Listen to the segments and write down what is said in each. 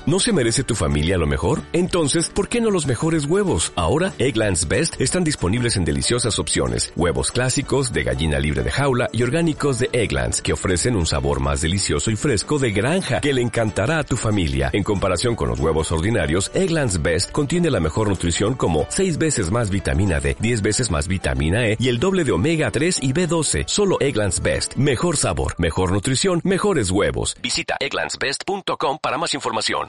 ¿No se merece tu familia lo mejor? Entonces, ¿por qué no los mejores huevos? Ahora, Eggland's Best están disponibles en deliciosas opciones. Huevos clásicos, de gallina libre de jaula y orgánicos de Eggland's, que ofrecen un sabor más delicioso y fresco de granja, que le encantará a tu familia. En comparación con los huevos ordinarios, Eggland's Best contiene la mejor nutrición como 6 veces más vitamina D, 10 veces más vitamina E y el doble de omega 3 y B12. Solo Eggland's Best. Mejor sabor, mejor nutrición, mejores huevos. Visita egglandsbest.com para más información.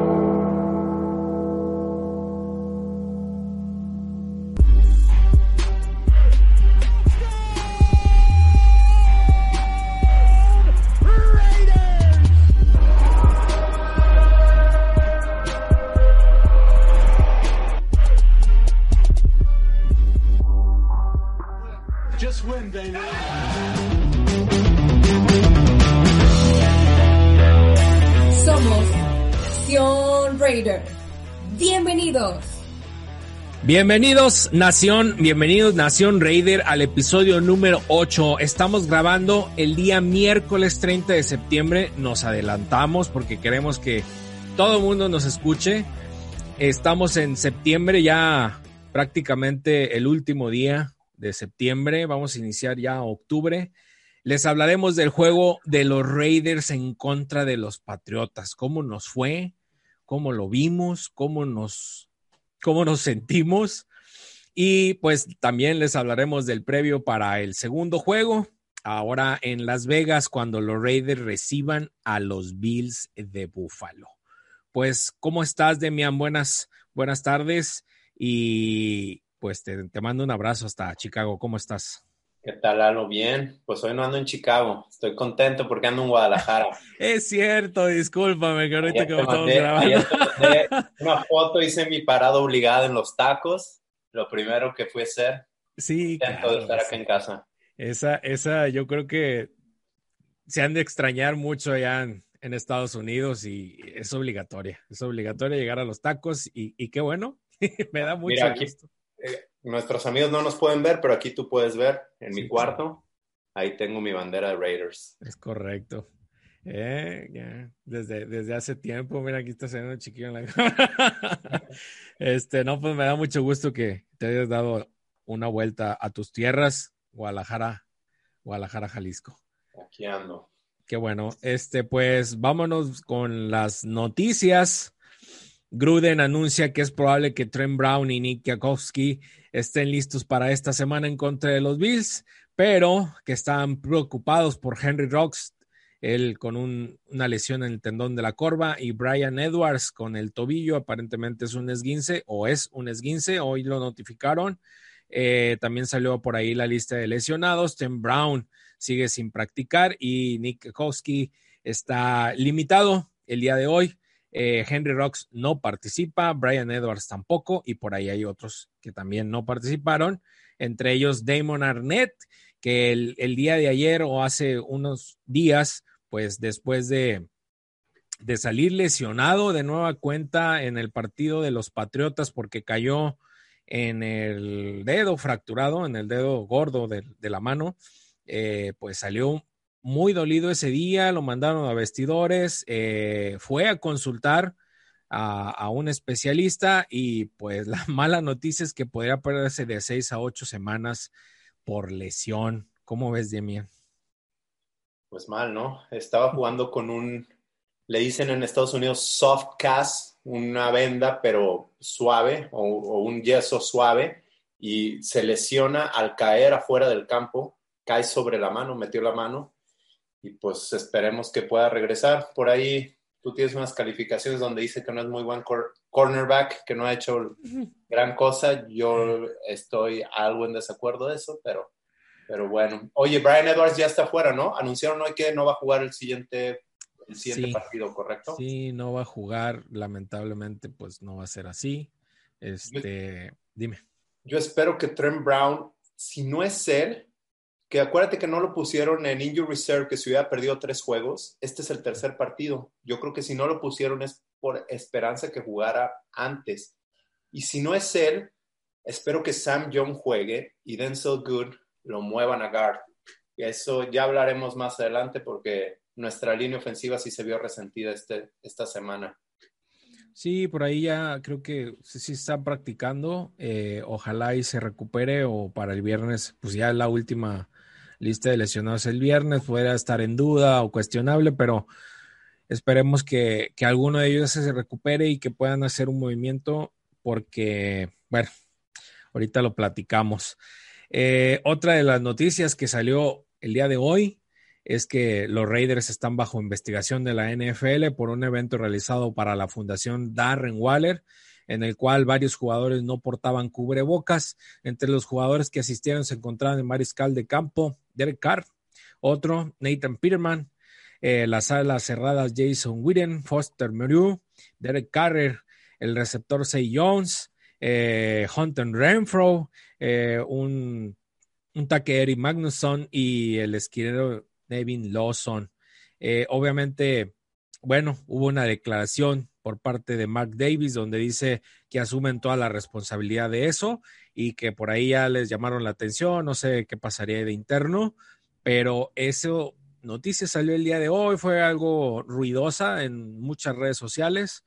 Just win, baby. Somos Nación Raider. Bienvenidos. Bienvenidos Nación Raider al episodio número 8. Estamos grabando el día miércoles 30 de septiembre. Nos adelantamos porque queremos que todo el mundo nos escuche. Estamos en septiembre, ya prácticamente el último día de septiembre. Vamos a iniciar ya octubre. Les hablaremos del juego de los Raiders en contra de los Patriotas. ¿Cómo nos fue? ¿Cómo lo vimos? ¿Cómo nos sentimos? Y pues también les hablaremos del previo para el segundo juego, ahora en Las Vegas, cuando los Raiders reciban a los Bills de Buffalo. Pues, ¿cómo estás, Demian? Buenas tardes y pues te mando un abrazo hasta Chicago. ¿Cómo estás? ¿Qué tal, Lalo? Bien. Pues hoy no ando en Chicago. Estoy contento porque ando en Guadalajara. Es cierto, discúlpame que ahorita que estamos grabando. Ayer te mandé una foto, hice mi parada obligada en los tacos. Lo primero que fui a hacer. Sí, contento claro, de estar acá en casa. Esa yo creo que se han de extrañar mucho allá en Estados Unidos y es obligatoria. Es obligatoria llegar a los tacos y qué bueno. Me da mucho gusto. Nuestros amigos no nos pueden ver, pero aquí tú puedes ver en mi cuarto. Ahí tengo mi bandera de Raiders. Es correcto. Desde hace tiempo, mira, aquí está saliendo chiquillo en la cámara. No, pues me da mucho gusto que te hayas dado una vuelta a tus tierras, Guadalajara, Jalisco. Aquí ando. Qué bueno. Pues vámonos con las noticias. Gruden anuncia que es probable que Trent Brown y Nick Kwiatkowski estén listos para esta semana en contra de los Bills, pero que están preocupados por Henry Ruggs, él con una lesión en el tendón de la corva, y Bryan Edwards con el tobillo. Aparentemente es un esguince, hoy lo notificaron. También salió por ahí la lista de lesionados. Trent Brown sigue sin practicar y Nick Kwiatkowski está limitado el día de hoy. Henry Ruggs no participa, Bryan Edwards tampoco, y por ahí hay otros que también no participaron, entre ellos Damon Arnett, que el día de ayer o hace unos días, pues después de salir lesionado de nueva cuenta en el partido de los Patriotas porque cayó en el dedo fracturado, en el dedo gordo de la mano, pues salió muy dolido ese día, lo mandaron a vestidores, fue a consultar a un especialista y pues la mala noticia es que podría perderse de 6 a 8 semanas por lesión. ¿Cómo ves, Demian? Pues mal, ¿no? Estaba jugando con le dicen en Estados Unidos soft cast, una venda pero suave o un yeso suave, y se lesiona al caer afuera del campo, cae sobre la mano, metió la mano. Y pues esperemos que pueda regresar. Por ahí tú tienes unas calificaciones donde dice que no es muy buen cornerback, que no ha hecho gran cosa. Yo estoy algo en desacuerdo de eso, pero bueno. Oye, Bryan Edwards ya está fuera, ¿no? Anunciaron hoy que no va a jugar el siguiente partido, ¿correcto? Sí, no va a jugar. Lamentablemente, pues no va a ser así. Dime. Yo espero que Trent Brown, si no es él, que acuérdate que no lo pusieron en Injury Reserve, que se hubiera perdido 3 juegos. Este es el tercer partido. Yo creo que si no lo pusieron es por esperanza que jugara antes. Y si no es él, espero que Sam Young juegue y Denzel Good lo muevan a guard. Y eso ya hablaremos más adelante porque nuestra línea ofensiva sí se vio resentida esta semana. Sí, por ahí ya creo que sí están practicando. Ojalá y se recupere o para el viernes, pues ya la última lista de lesionados el viernes pudiera estar en duda o cuestionable, pero esperemos que alguno de ellos se recupere y que puedan hacer un movimiento porque, bueno, ahorita lo platicamos. Otra de las noticias que salió el día de hoy es que los Raiders están bajo investigación de la NFL por un evento realizado para la Fundación Darren Waller, en el cual varios jugadores no portaban cubrebocas. Entre los jugadores que asistieron se encontraban el mariscal de campo Derek Carr, otro Nathan Peterman, las alas cerradas Jason Witten, Foster Moreau, Derek Carr, el receptor Zay Jones, Hunter Renfrow, un tackle Eric Magnusson y el esquinero Nevin Lawson. Obviamente, bueno, hubo una declaración por parte de Mark Davis donde dice que asumen toda la responsabilidad de eso y que por ahí ya les llamaron la atención, no sé qué pasaría de interno, pero eso noticia salió el día de hoy, fue algo ruidosa en muchas redes sociales.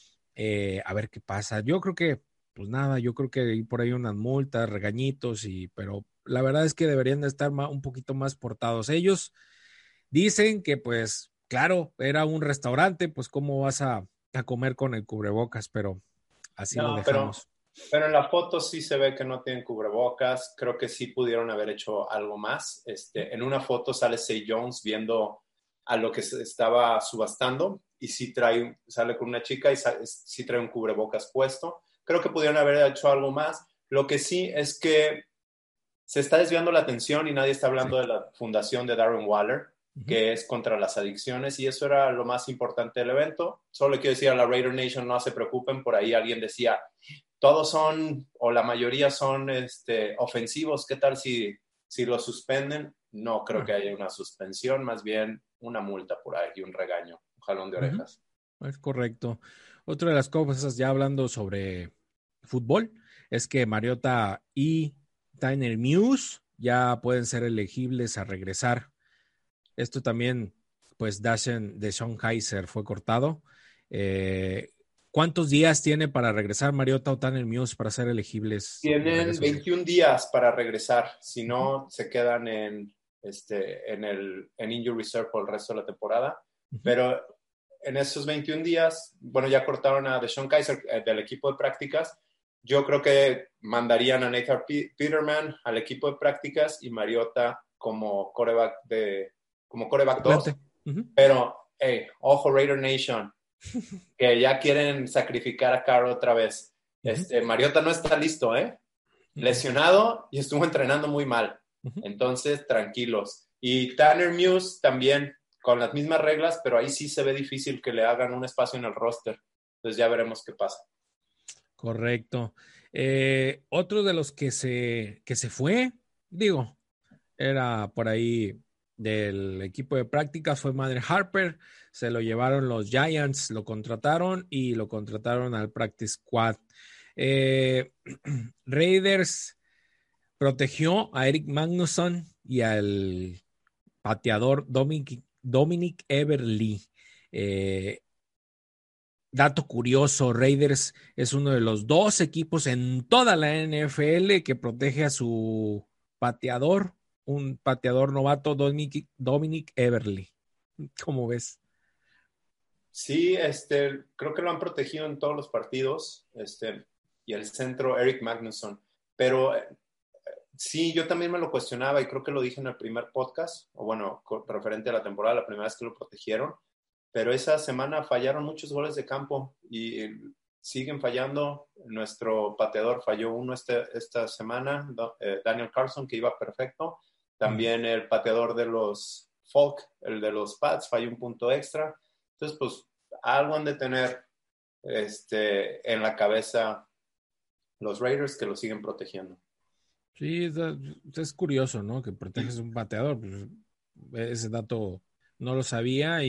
A ver qué pasa. Yo creo que, pues nada, yo creo que hay por ahí unas multas, regañitos, pero la verdad es que deberían de estar un poquito más portados. Ellos dicen que, pues, claro, era un restaurante, pues, ¿cómo vas a comer con el cubrebocas? Pero así lo No, dejamos. pero en la foto sí se ve que no tienen cubrebocas. Creo que sí pudieron haber hecho algo más. En una foto sale Zay Jones viendo a lo que se estaba subastando y sí sale con una chica y sí trae un cubrebocas puesto. Creo que pudieron haber hecho algo más. Lo que sí es que se está desviando la atención y nadie está hablando de la fundación de Darren Waller, que es contra las adicciones, y eso era lo más importante del evento. Solo quiero decir a la Raider Nation, no se preocupen, por ahí alguien decía, todos son, o la mayoría son ofensivos, ¿qué tal si lo suspenden? No creo que haya una suspensión, más bien una multa por ahí y un regaño, un jalón de orejas. Es correcto. Otra de las cosas, ya hablando sobre fútbol, es que Mariota y Tanner Muse ya pueden ser elegibles a regresar. Esto también, pues, DeShone Kizer fue cortado. ¿Cuántos días tiene para regresar Mariota o Tanner Muse para ser elegibles? Tienen 21 días para regresar, si no se quedan en Injury Reserve por el resto de la temporada. Pero en esos 21 días, bueno, ya cortaron a DeShone Kizer del equipo de prácticas. Yo creo que mandarían a Nathan Peterman al equipo de prácticas y Mariota como quarterback 2. Pero, hey, ojo Raider Nation, que ya quieren sacrificar a Carr otra vez. Mariota no está listo, lesionado y estuvo entrenando muy mal. Entonces, tranquilos. Y Tanner Muse también con las mismas reglas, pero ahí sí se ve difícil que le hagan un espacio en el roster. Entonces ya veremos qué pasa. Correcto. Otro de los que se fue, digo, era por ahí del equipo de prácticas, fue Madre Harper. Se lo llevaron los Giants, lo contrataron y lo contrataron al Practice Squad. Raiders protegió a Eric Magnusson y al pateador Dominic Everly. Dato curioso, Raiders es uno de los 2 equipos en toda la NFL que protege a su pateador, un pateador novato, Dominic Everly. ¿Cómo ves? Sí, creo que lo han protegido en todos los partidos, y el centro Eric Magnusson, pero sí, yo también me lo cuestionaba y creo que lo dije en el primer podcast, o bueno, referente a la temporada, la primera vez que lo protegieron, pero esa semana fallaron muchos goles de campo y siguen fallando. Nuestro pateador falló uno esta semana, Daniel Carlson, que iba perfecto. También el pateador de los Folk, el de los Pats, falló un punto extra. Entonces, pues, algo han de tener en la cabeza los Raiders que lo siguen protegiendo. Sí, es curioso, ¿no? Que proteges un pateador. Pues, ese dato no lo sabía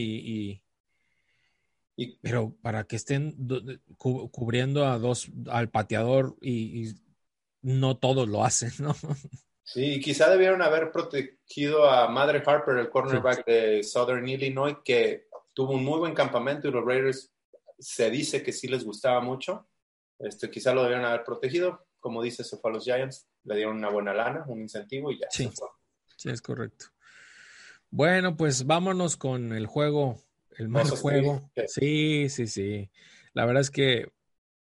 pero para que estén cubriendo al pateador y no todos lo hacen, ¿no? Sí, quizá debieron haber protegido a Madre Harper, el cornerback de Southern Illinois, que tuvo un muy buen campamento y los Raiders se dice que sí les gustaba mucho. Quizá lo debieron haber protegido. Como dice, se fue a los Giants, le dieron una buena lana, un incentivo y ya Sí, se fue. sí, es correcto. Bueno, pues vámonos con el juego, el mal juego. Sí. La verdad es que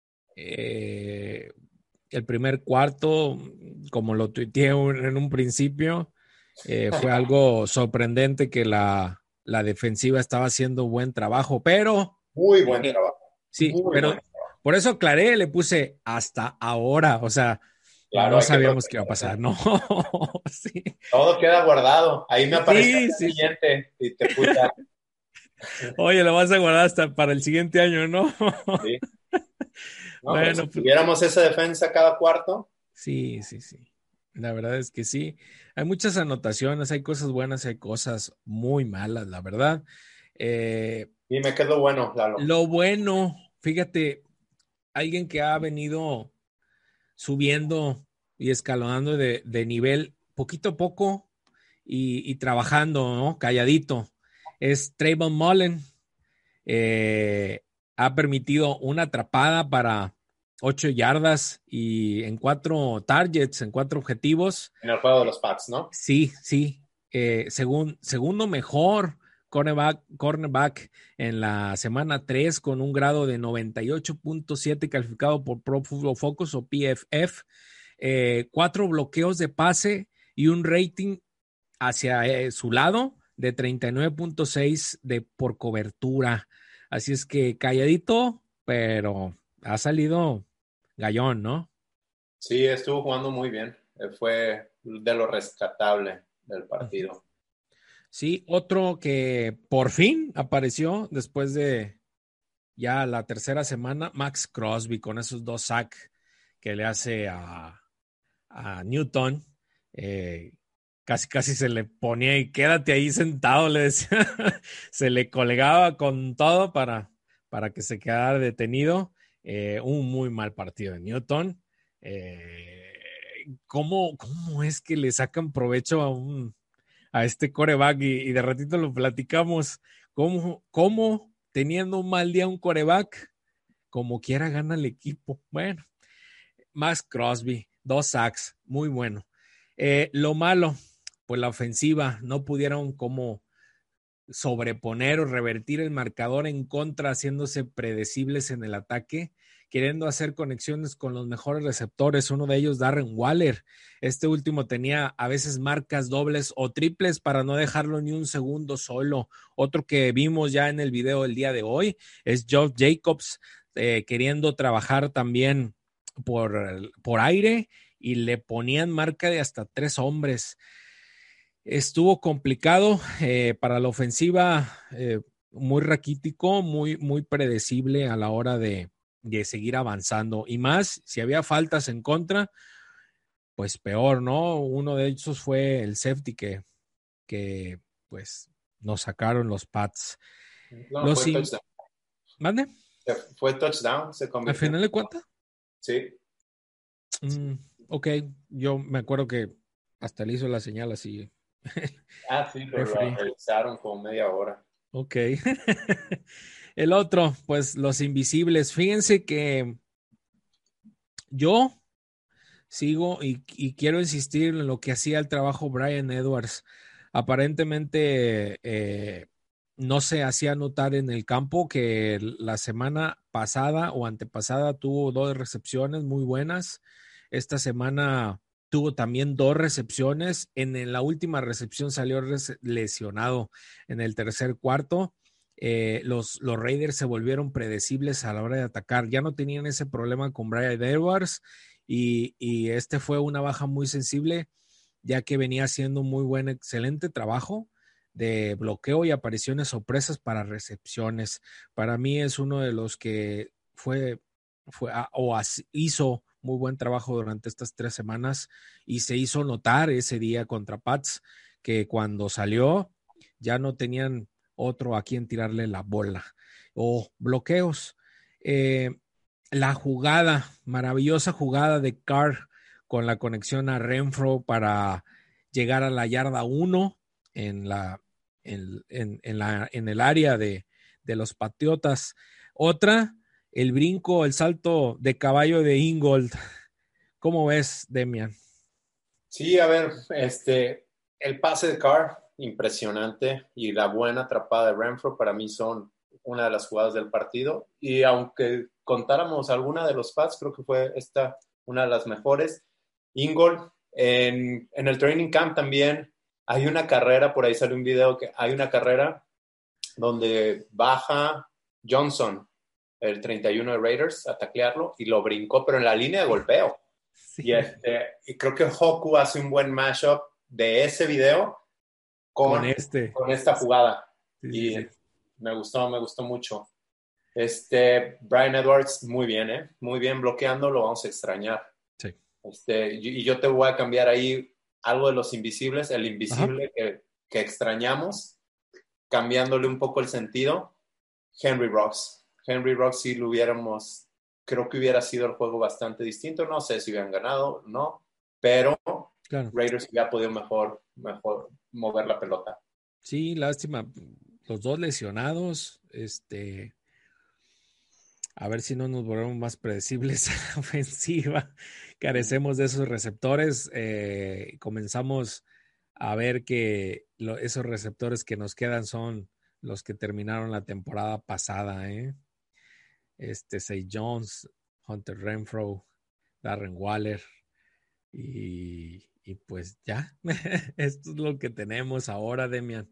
el primer cuarto, como lo tuiteé en un principio, fue algo sorprendente que la defensiva estaba haciendo buen trabajo, pero... Muy buen trabajo. Sí, muy pero buen trabajo. por eso aclaré, le puse hasta ahora, o sea, Claro, no sabíamos qué iba a pasar, no, sí. Todo queda guardado. Ahí me apareció el siguiente y te puse. Oye, lo vas a guardar hasta para el siguiente año, ¿no? Sí. No, bueno, pero si tuviéramos esa defensa cada cuarto. Sí. La verdad es que sí. Hay muchas anotaciones, hay cosas buenas, hay cosas muy malas, la verdad. Y me quedó bueno, Lalo. Lo bueno, fíjate, alguien que ha venido subiendo y escalonando de nivel poquito a poco y trabajando, ¿no? Calladito, es Trayvon Mullen. Ha permitido una atrapada para 8 yardas y en 4 targets, en 4 objetivos. En el juego de los Pats, ¿no? Sí. Segundo mejor cornerback en la semana 3 con un grado de 98.7 calificado por Pro Football Focus o PFF. 4 bloqueos de pase y un rating hacia su lado de 39.6 por cobertura. Así es que calladito, pero ha salido gallón, ¿no? Sí, estuvo jugando muy bien. Fue de lo rescatable del partido. Sí, otro que por fin apareció después de ya la tercera semana, Max Crosby con esos 2 sacks que le hace a Newton. Casi se le ponía y quédate ahí sentado, le decía. Se le colgaba con todo para que se quedara detenido. Un muy mal partido de Newton. ¿Cómo es que le sacan provecho a este quarterback? Y de ratito lo platicamos. ¿Cómo teniendo un mal día un quarterback, como quiera gana el equipo? Bueno, Max Crosby, 2 sacks, muy bueno. Lo malo, pues la ofensiva, no pudieron como sobreponer o revertir el marcador en contra, haciéndose predecibles en el ataque, queriendo hacer conexiones con los mejores receptores, uno de ellos Darren Waller. Este último tenía a veces marcas dobles o triples para no dejarlo ni un segundo solo. Otro que vimos ya en el video el día de hoy es Josh Jacobs, queriendo trabajar también por aire y le ponían marca de hasta 3 hombres. Estuvo complicado para la ofensiva, muy raquítico, muy predecible a la hora de seguir avanzando. Y más, si había faltas en contra, pues peor, ¿no? Uno de esos fue el safety que pues nos sacaron los Pats. No, fue touchdown. ¿Mande? Fue touchdown, se convirtió. ¿Al final de cuentas? Sí. Ok, yo me acuerdo que hasta le hizo la señal así. Sí, pero lo revisaron como media hora. Ok. El otro, pues los invisibles. Fíjense que yo sigo y quiero insistir en lo que hacía el trabajo Brian Edwards. Aparentemente no se hacía notar en el campo que la semana pasada o antepasada tuvo 2 recepciones muy buenas. Esta semana tuvo también 2 recepciones. En la última recepción salió lesionado en el tercer cuarto. Los Raiders se volvieron predecibles a la hora de atacar. Ya no tenían ese problema con Brian Edwards y este fue una baja muy sensible, ya que venía haciendo un muy buen, excelente trabajo de bloqueo y apariciones sorpresas para recepciones. Para mí es uno de los que hizo muy buen trabajo durante estas 3 semanas y se hizo notar ese día contra Pats, que cuando salió ya no tenían otro a quien tirarle la bola o bloqueos. La jugada, maravillosa jugada de Carr con la conexión a Renfro para llegar a la yarda 1 en el área de los Patriotas. Otra, el brinco, el salto de caballo de Ingold. ¿Cómo ves, Demian? Sí, a ver, el pase de Carr, impresionante, y la buena atrapada de Renfro para mí son una de las jugadas del partido. Y aunque contáramos alguna de los pads, creo que fue esta una de las mejores. Ingold, en el training camp también hay una carrera, por ahí sale un video que hay una carrera donde baja Johnson, el 31 de Raiders, a taclearlo y lo brincó, pero en la línea de golpeo. Sí. Y creo que Hoku hace un buen mashup de ese video con esta jugada. Sí. Me gustó mucho. Bryan Edwards, muy bien bloqueando, lo vamos a extrañar. Sí. Y yo te voy a cambiar ahí algo de los invisibles, el invisible que extrañamos, cambiándole un poco el sentido. Henry Rocks sí lo hubiéramos, creo que hubiera sido el juego bastante distinto, no sé si hubieran ganado, no, pero claro, Raiders hubiera podido mejor mover la pelota. Sí, lástima, los dos lesionados, a ver si no nos volvemos más predecibles en la ofensiva. Carecemos de esos receptores. Comenzamos a ver que esos receptores que nos quedan son los que terminaron la temporada pasada. Zay Jones, Hunter Renfrow, Darren Waller. Y pues ya, esto es lo que tenemos ahora, Demian.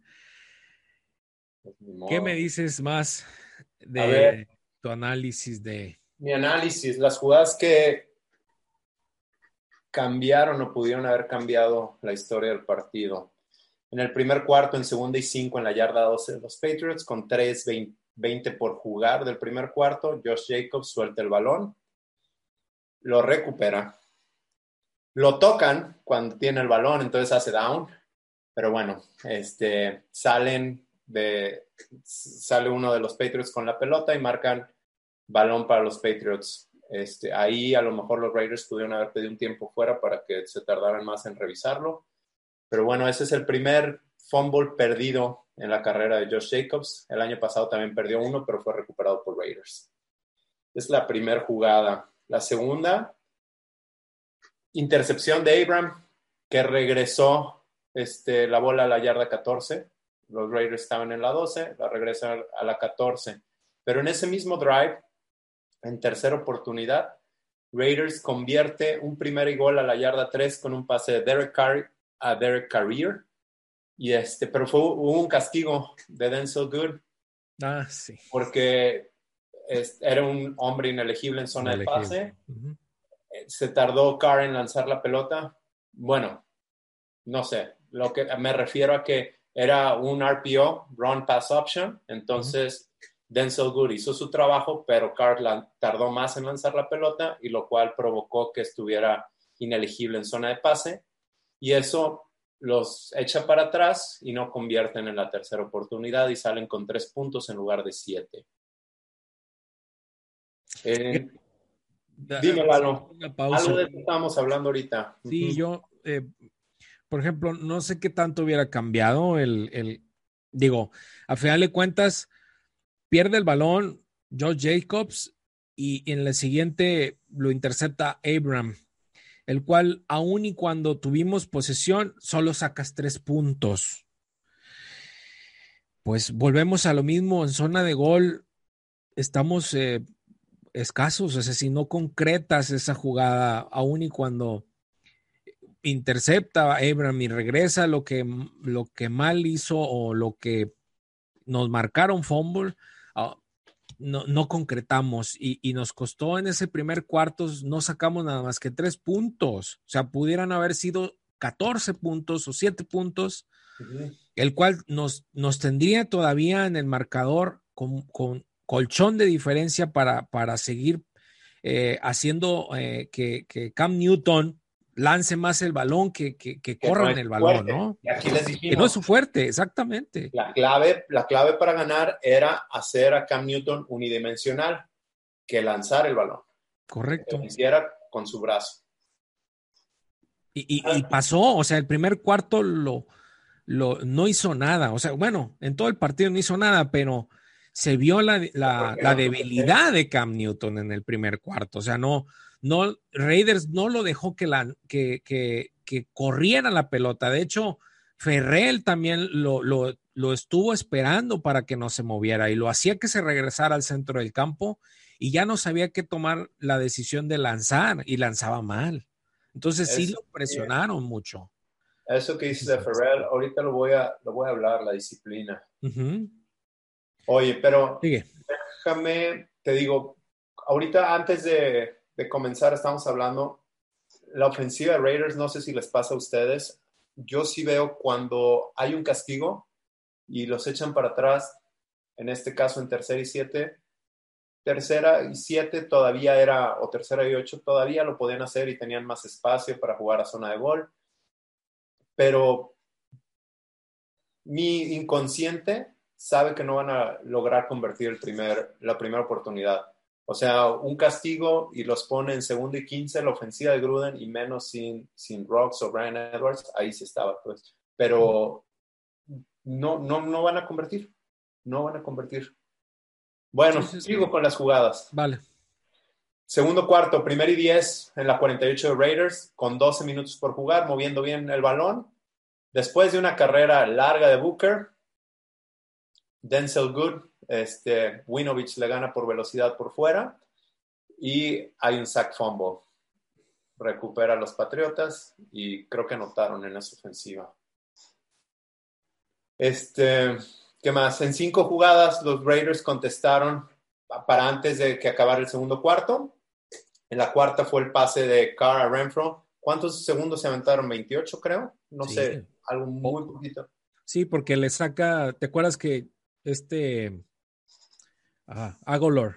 ¿Qué me dices más de tu análisis de... Mi análisis, las jugadas que cambiaron o pudieron haber cambiado la historia del partido. En el primer cuarto, en 2nd y 5, en la yarda 12 de los Patriots, con 3:20 por jugar del primer cuarto, Josh Jacobs suelta el balón, lo recupera, lo tocan cuando tiene el balón, entonces hace down, pero bueno, sale uno de los Patriots con la pelota y marcan balón para los Patriots. Ahí a lo mejor los Raiders pudieron haber pedido un tiempo fuera para que se tardaran más en revisarlo. Pero bueno, ese es el primer fumble perdido en la carrera de Josh Jacobs. El año pasado también perdió uno, pero fue recuperado por Raiders. Es la primera jugada. La segunda, intercepción de Abram, que regresó la bola a la yarda 14. Los Raiders estaban en la 12, la regresan a la 14. Pero en ese mismo drive, en tercera oportunidad, Raiders convierte un primer gol a la yarda 3 con un pase de Derek Carrier. Y pero hubo un castigo de Denzel Good. Sí. Porque era un hombre inelegible en zona de pase. Uh-huh. Se tardó Carr en lanzar la pelota. Bueno, no sé. Lo que me refiero a que era un RPO, Run Pass Option. Entonces, Denzel Good hizo su trabajo, pero Carr tardó más en lanzar la pelota, y lo cual provocó que estuviera inelegible en zona de pase. Y eso los echa para atrás y no convierten en la tercera oportunidad y salen con 3 puntos en lugar de 7. Dime, Lalo, algo de que estábamos hablando ahorita. Sí, yo, por ejemplo, no sé qué tanto hubiera cambiado digo, a final de cuentas, pierde el balón Josh Jacobs y en la siguiente lo intercepta Abram, el cual, aun y cuando tuvimos posesión, solo sacas 3 puntos. Pues volvemos a lo mismo, en zona de gol estamos escasos, o sea, si no concretas esa jugada, aun y cuando intercepta a Abram y regresa lo que mal hizo o lo que nos marcaron fumble, no concretamos y nos costó en ese primer cuarto, no sacamos nada más que 3 puntos, o sea, pudieran haber sido 14 puntos o 7 puntos, uh-huh, el cual nos tendría todavía en el marcador con colchón de diferencia para seguir haciendo que Cam Newton lance más el balón que corran el balón, ¿no? Y aquí les dijimos, que no es su fuerte, exactamente. La clave para ganar era hacer a Cam Newton unidimensional, que lanzar el balón. Correcto. Que lo hiciera con su brazo. Y pasó, o sea, el primer cuarto no hizo nada, o sea, bueno, en todo el partido no hizo nada, pero se vio la debilidad de Cam Newton en el primer cuarto. O sea, Raiders no lo dejó que corriera la pelota. De hecho, Ferrell también lo estuvo esperando para que no se moviera y lo hacía que se regresara al centro del campo y ya no sabía qué tomar la decisión de lanzar y lanzaba mal. Entonces sí lo presionaron mucho. Eso que dices de Ferrell, ahorita lo voy a hablar, la disciplina. Uh-huh. Oye, pero Sigue. Déjame, te digo, ahorita antes de comenzar estamos hablando, la ofensiva de Raiders, no sé si les pasa a ustedes, yo sí veo cuando hay un castigo y los echan para atrás, en este caso en tercera y 7 todavía era, o tercera y 8 todavía lo podían hacer y tenían más espacio para jugar a zona de gol, pero mi inconsciente sabe que no van a lograr convertir la primera oportunidad. O sea, un castigo y los pone en 2nd y 15 la ofensiva de Gruden y menos sin Ruggs o Bryan Edwards, ahí sí estaba, pues. Pero no van a convertir. No van a convertir. Bueno, sigo con las jugadas. Vale. Segundo cuarto, 1st y 10 en la 48 de Raiders, con 12 minutos por jugar, moviendo bien el balón. Después de una carrera larga de Booker, Denzel Good, Winovich le gana por velocidad por fuera y hay un sack fumble. Recupera a los Patriotas y creo que anotaron en esa ofensiva. ¿Qué más? En 5 jugadas los Raiders contestaron para antes de que acabara el segundo cuarto. En la cuarta fue el pase de Carr a Renfro. ¿Cuántos segundos se aventaron? 28, creo. No sé, algo muy poquito. Sí, porque le saca, ¿te acuerdas que Agholor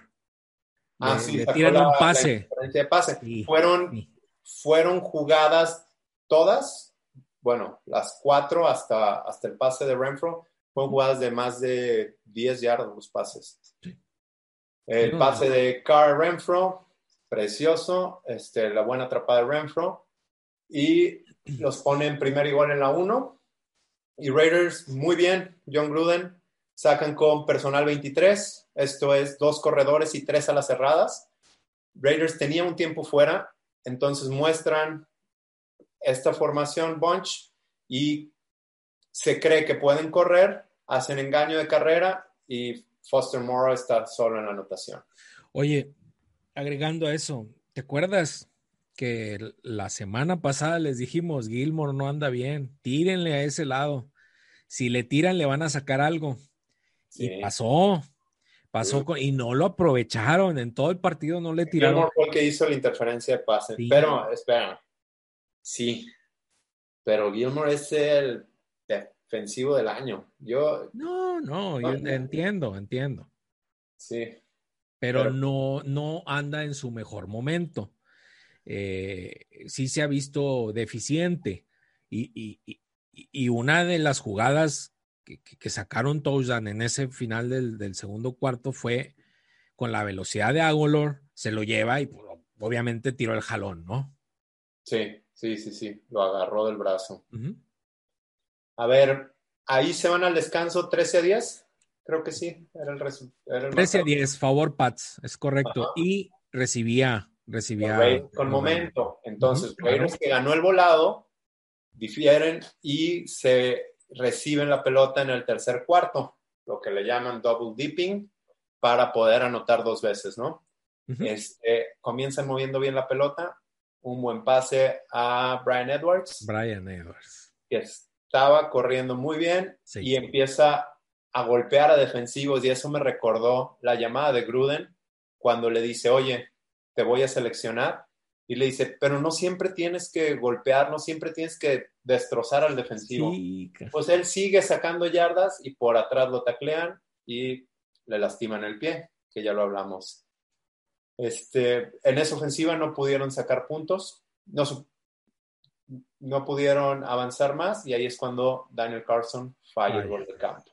le tiran un pase? De pase. Sí. Fueron jugadas todas, bueno, las 4 hasta el pase de Renfro, fueron jugadas de más de 10 yardas los pases. Sí. El pase de Carr Renfro, precioso, la buena atrapada de Renfro, y los pone en primer y gol en la 1. Y Raiders, muy bien, John Gruden, sacan con personal 23, esto es 2 corredores y 3 alas cerradas. Raiders tenía un tiempo fuera, entonces muestran esta formación bunch y se cree que pueden correr, hacen engaño de carrera y Foster Moreau está solo en la anotación. Oye, agregando a eso, ¿te acuerdas que la semana pasada les dijimos Gilmore no anda bien, tírenle a ese lado? Si le tiran le van a sacar algo. Sí. Y pasó y no lo aprovecharon, en todo el partido no le tiraron. Gilmore fue el que hizo la interferencia de pase, sí. Pero espera, sí, pero Gilmore es el defensivo del año. Yo entiendo. Sí. Pero no anda en su mejor momento. Sí se ha visto deficiente y una de las jugadas que sacaron touchdown en ese final del segundo cuarto fue con la velocidad de Agholor, se lo lleva y obviamente tiró el jalón, ¿no? Sí, lo agarró del brazo. Uh-huh. A ver, ahí se van al descanso 13-10, creo que sí, era el 13-10, favor Pats, es correcto. Ajá. Y recibía con momento. Entonces, Raiders, que ganó el volado, difieren y se reciben la pelota en el tercer cuarto, lo que le llaman double dipping, para poder anotar 2 veces, ¿no? Uh-huh. Comienzan moviendo bien la pelota, un buen pase a Bryan Edwards, que estaba corriendo muy bien, sí. Y empieza a golpear a defensivos, y eso me recordó la llamada de Gruden cuando le dice, oye, te voy a seleccionar, y le dice, pero no siempre tienes que golpear, no siempre tienes que destrozar al defensivo. Sí. Pues él sigue sacando yardas y por atrás lo taclean y le lastiman el pie, que ya lo hablamos. En esa ofensiva no pudieron sacar puntos, no pudieron avanzar más, y ahí es cuando Daniel Carlson falla el gol de campo.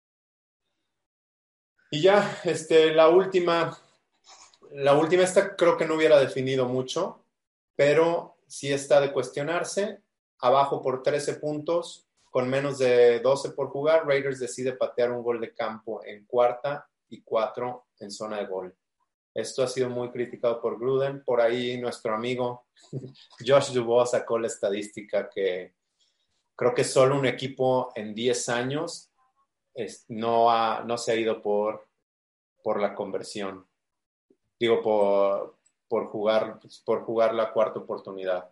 Y ya, la última esta creo que no hubiera definido mucho, pero sí está de cuestionarse. Abajo por 13 puntos, con menos de 12 por jugar, Raiders decide patear un gol de campo en 4ª y 4 en zona de gol. Esto ha sido muy criticado por Gruden. Por ahí nuestro amigo Josh Dubois sacó la estadística que creo que solo un equipo en 10 años no se ha ido por la conversión. Digo, por jugar la cuarta oportunidad.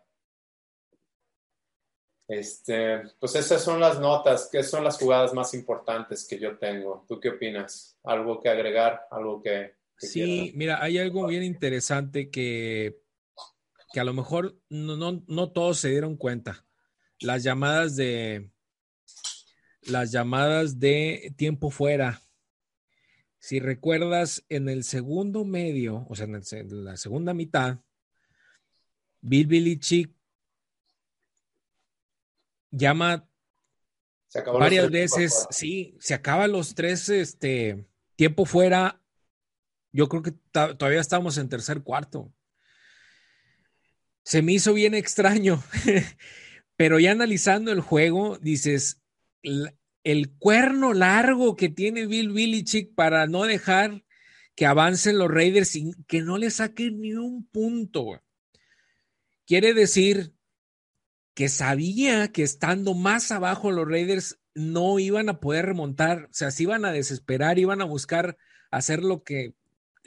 Pues esas son las notas, que son las jugadas más importantes que yo tengo. ¿Tú qué opinas? ¿Algo que agregar? ¿Algo que sí, quieras? mira, hay algo bien interesante que a lo mejor no todos se dieron cuenta. Las llamadas de tiempo fuera. Si recuerdas, en el segundo medio, o sea, en la segunda mitad, Bill Belichick llama Se acabó los varias 3 veces, sí, se acaban los 3 tiempo fuera. Yo creo que todavía estamos en tercer cuarto. Se me hizo bien extraño, pero ya analizando el juego, dices, el cuerno largo que tiene Bill Belichick para no dejar que avancen los Raiders sin que no le saquen ni un punto. Quiere decir que sabía que estando más abajo los Raiders no iban a poder remontar, o sea, se iban a desesperar, iban a buscar hacer lo que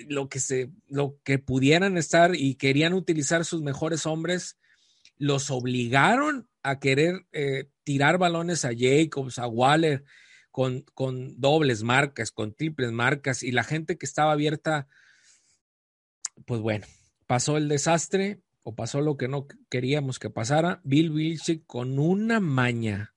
pudieran estar y querían utilizar sus mejores hombres. Los obligaron a querer tirar balones a Jacobs, a Waller, con dobles marcas, con triples marcas, y la gente que estaba abierta, pues bueno, pasó el desastre o pasó lo que no queríamos que pasara. Bill Belichick con una maña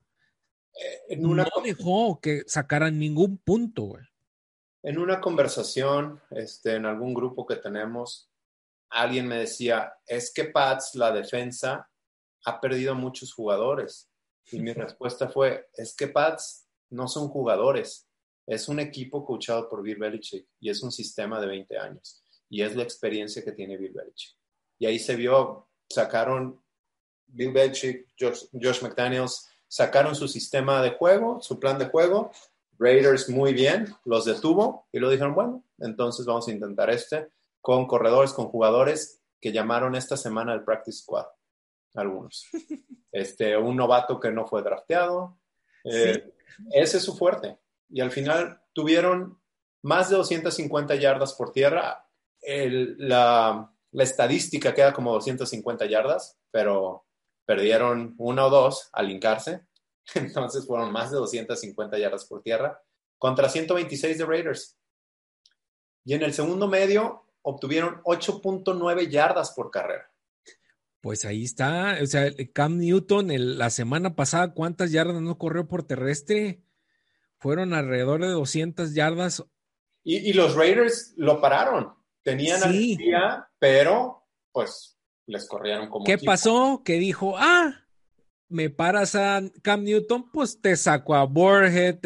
no dejó que sacaran ningún punto, güey. En una conversación, en algún grupo que tenemos, alguien me decía, es que Pats, la defensa, ha perdido muchos jugadores. Y mi respuesta fue, es que Pats no son jugadores. Es un equipo coachado por Bill Belichick y es un sistema de 20 años. Y es la experiencia que tiene Bill Belichick. Y ahí se vio, sacaron Bill Belichick, Josh McDaniels, sacaron su sistema de juego, su plan de juego. Raiders muy bien, los detuvo y lo dijeron, bueno, entonces vamos a intentar con corredores, con jugadores que llamaron esta semana el practice squad, algunos. Un novato que no fue drafteado. Sí. Ese es su fuerte. Y al final tuvieron más de 250 yardas por tierra. La estadística queda como 250 yardas, pero perdieron 1 o 2 al hincarse. Entonces fueron más de 250 yardas por tierra contra 126 de Raiders. Y en el segundo medio obtuvieron 8.9 yardas por carrera. Pues ahí está. O sea, Cam Newton la semana pasada, ¿cuántas yardas no corrió por terrestre? Fueron alrededor de 200 yardas. Y los Raiders lo pararon. Tenían al día, pero pues les corrieron como ¿Qué equipo. pasó? Que dijo, me paras a Cam Newton, pues te saco a Borges,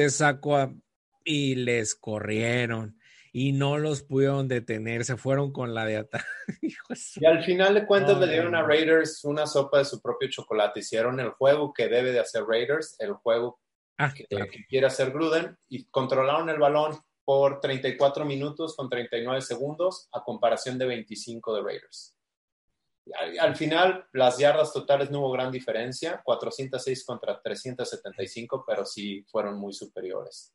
y les corrieron y no los pudieron detener, se fueron con la de atrás. Y al final de cuentas le dieron a Raiders una sopa de su propio chocolate. Hicieron el juego que debe de hacer Raiders, el juego que quiere hacer Gruden, y controlaron el balón por 34 minutos con 39 segundos a comparación de 25 de Raiders. Al final, las yardas totales no hubo gran diferencia, 406 contra 375, pero sí fueron muy superiores.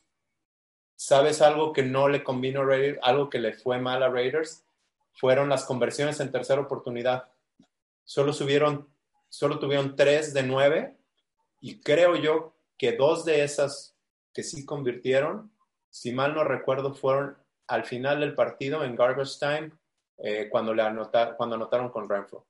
¿Sabes algo que no le convino a Raiders? Algo que le fue mal a Raiders fueron las conversiones en tercera oportunidad. Solo tuvieron 3 de 9 y creo yo que 2 de esas que sí convirtieron, si mal no recuerdo, fueron al final del partido en garbage time, cuando anotaron con Renfro.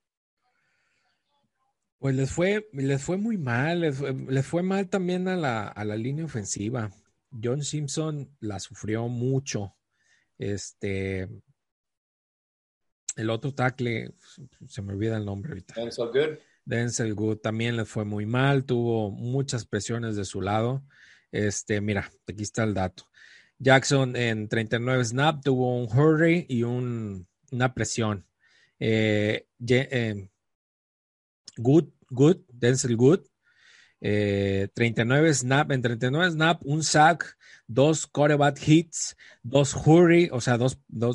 Pues les fue muy mal, les fue mal también a la línea ofensiva. John Simpson la sufrió mucho. El otro tackle, se me olvida el nombre ahorita. Denzel Good también les fue muy mal, tuvo muchas presiones de su lado. Mira, aquí está el dato. Jackson en 39 snap tuvo un hurry y una presión. Denzel Good, 39 snap, un sack, 2 quarterback hits, 2 hurry, o sea,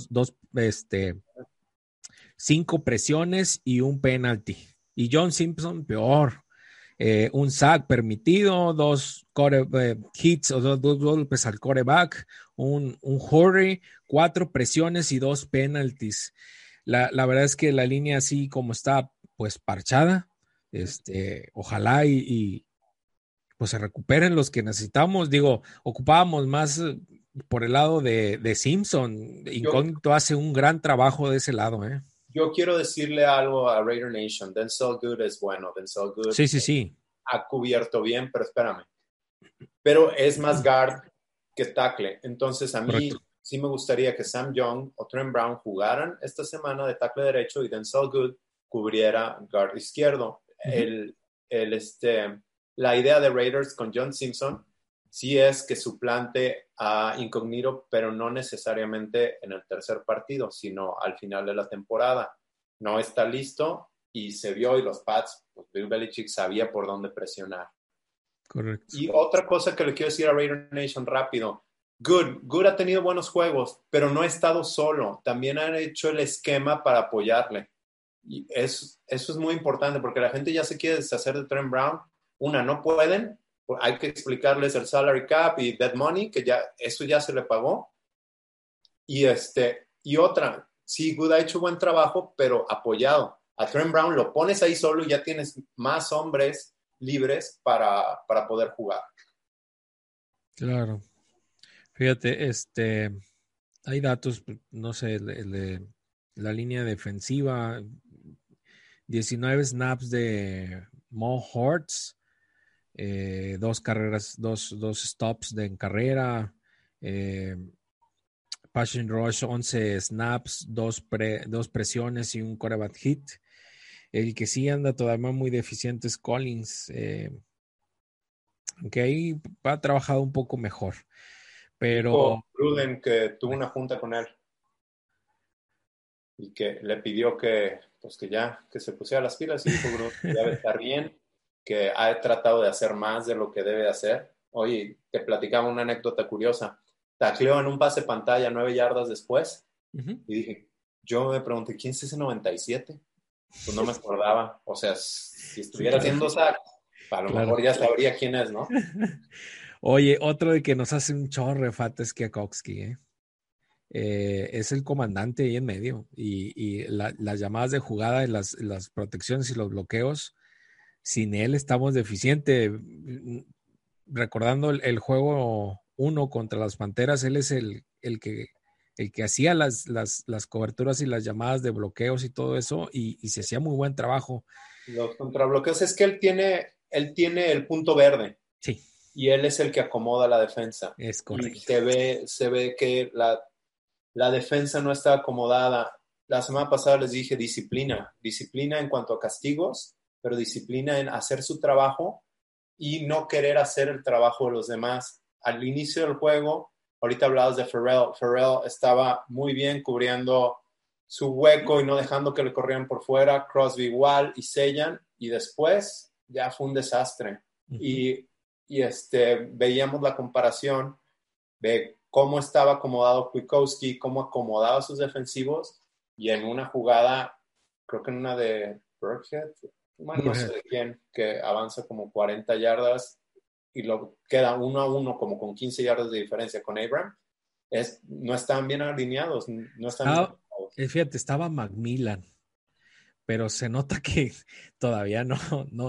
5 presiones y un penalty. Y John Simpson, peor. Un sack permitido, 2 hits o 2 golpes al quarterback, un hurry, 4 presiones y 2 penalties. La verdad es que la línea así como está, pues parchada. Ojalá y pues se recuperen los que necesitamos. Digo, ocupábamos más por el lado de Simpson. Incógnito hace un gran trabajo de ese lado, ¿eh? Yo quiero decirle algo a Raider Nation. Denzel Good es bueno. Denzel Good sí. Ha cubierto bien, pero espérame. Pero es más guard que tackle. Entonces, a mí Correcto. sí me gustaría que Sam Young o Trent Brown jugaran esta semana de tackle derecho y Denzel Good cubriera guard izquierdo. Uh-huh. La idea de Raiders con John Simpson sí es que suplante a Incognito, pero no necesariamente en el tercer partido, sino al final de la temporada. No está listo y se vio, y los Pats, pues Bill Belichick sabía por dónde presionar. Correcto. Y otra cosa que le quiero decir a Raider Nation rápido. Good ha tenido buenos juegos, pero no ha estado solo. También han hecho el esquema para apoyarle. Y eso es muy importante porque la gente ya se quiere deshacer de Trent Brown. No pueden. Hay que explicarles el salary cap y dead money, que ya eso ya se le pagó. Y otra, sí, Good ha hecho buen trabajo, pero apoyado. A Trent Brown lo pones ahí solo y ya tienes más hombres libres para poder jugar. Claro. Fíjate, hay datos, no sé, la línea defensiva, 19 snaps de Mo Hortz, 2 carreras, dos stops en carrera, pass and rush, 11 snaps, 2 presiones y un quarterback hit. El que sí anda todavía muy deficiente es Collins, aunque ahí ha trabajado un poco mejor. Pero Gruden que tuvo una junta con él y que le pidió que se pusiera las pilas y dijo Gruden que debe estar bien, que ha tratado de hacer más de lo que debe hacer. Oye, te platicaba una anécdota curiosa. Tacleó en un pase pantalla 9 yardas después y dije, yo me pregunté, ¿quién es ese 97? Pues no me acordaba. O sea, si estuviera haciendo sack, a lo mejor ya sabría quién es, ¿no? Oye, otro de que nos hace un chorro de falta es Kwiatkowski, es el comandante ahí en medio y las llamadas de jugada, las protecciones y los bloqueos, sin él estamos deficientes. Recordando el juego 1 contra las Panteras, él es el que hacía las coberturas y las llamadas de bloqueos y todo eso y se hacía muy buen trabajo. Los contrabloqueos es que él tiene el punto verde. Sí. Y él es el que acomoda la defensa. Es correcto. Y se ve que la defensa no está acomodada. La semana pasada les dije disciplina en cuanto a castigos, pero disciplina en hacer su trabajo y no querer hacer el trabajo de los demás. Al inicio del juego, ahorita hablabas de Ferrell estaba muy bien cubriendo su hueco y no dejando que le corrieran por fuera. Crosby igual y sellan, y después ya fue un desastre. Uh-huh. Y veíamos la comparación de cómo estaba acomodado Kwiatkowski, cómo acomodaba a sus defensivos, y en una jugada, creo que en una de Burkhead, no sé de quién, que avanza como 40 yardas y lo queda 1-1 como con 15 yardas de diferencia con Abram, no están bien alineados, no están fíjate, estaba Macmillan, pero se nota que todavía no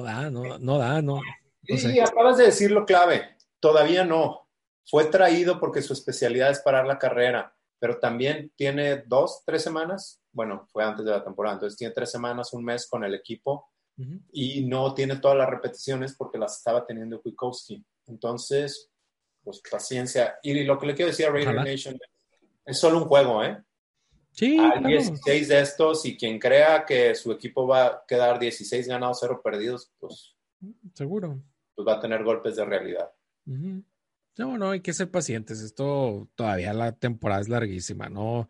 da. Sí, acabas de decir lo clave. Todavía no. Fue traído porque su especialidad es parar la carrera, pero también tiene 2-3 semanas. Bueno, fue antes de la temporada, entonces tiene 3 semanas, un mes con el equipo, uh-huh, y no tiene todas las repeticiones porque las estaba teniendo Kwiatkowski. Entonces, pues paciencia. Y lo que le quiero decir a Raider Nation es solo un juego, ¿eh? Sí, hay 16 de estos, y quien crea que su equipo va a quedar 16 ganados, 0 perdidos, pues seguro. Pues va a tener golpes de realidad. Uh-huh. No, hay que ser pacientes. Esto todavía la temporada es larguísima, ¿no?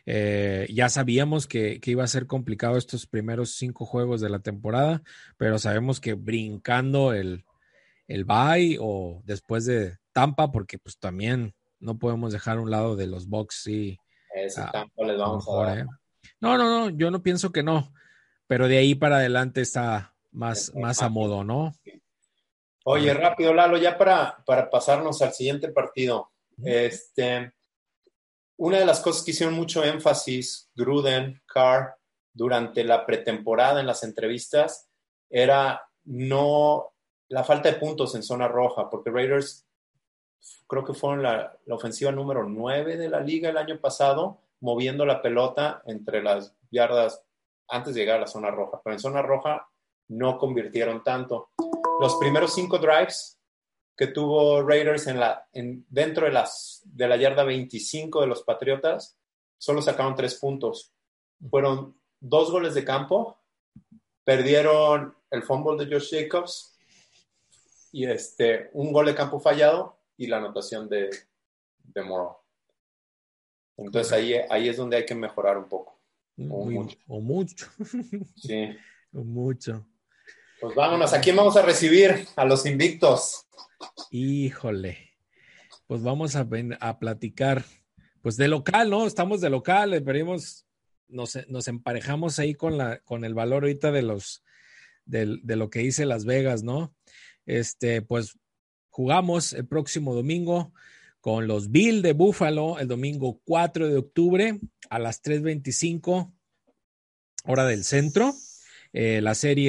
Ya sabíamos que iba a ser complicado estos primeros 5 juegos de la temporada, pero sabemos que brincando el el bye o después de Tampa, porque pues también no podemos dejar a un lado de los Bucks, sí. Ese Tampa les vamos a dar. No, yo no pienso que no, pero de ahí para adelante está más a modo, ¿no? Oye, rápido, Lalo, ya para pasarnos al siguiente partido. Una de las cosas que hicieron mucho énfasis Gruden, Carr, durante la pretemporada en las entrevistas era la falta de puntos en zona roja, porque Raiders creo que fueron la ofensiva número 9 de la liga el año pasado, moviendo la pelota entre las yardas antes de llegar a la zona roja, pero en zona roja no convirtieron tanto. Los primeros 5 drives que tuvo Raiders dentro de la yarda 25 de los Patriotas, solo sacaron 3 puntos. Fueron 2 goles de campo, perdieron el fumble de Josh Jacobs y un gol de campo fallado y la anotación de Morrow. Entonces ahí es donde hay que mejorar un poco. O mucho. Sí. O mucho. Pues vámonos. ¿A quién vamos a recibir? A los invictos. Híjole. Pues vamos a platicar. Pues de local, ¿no? Estamos de local. Nos emparejamos ahí con el valor ahorita de lo que dice Las Vegas, ¿no? Pues jugamos el próximo domingo con los Bills de Buffalo, el domingo 4 de octubre a las 3:25 hora del centro. La serie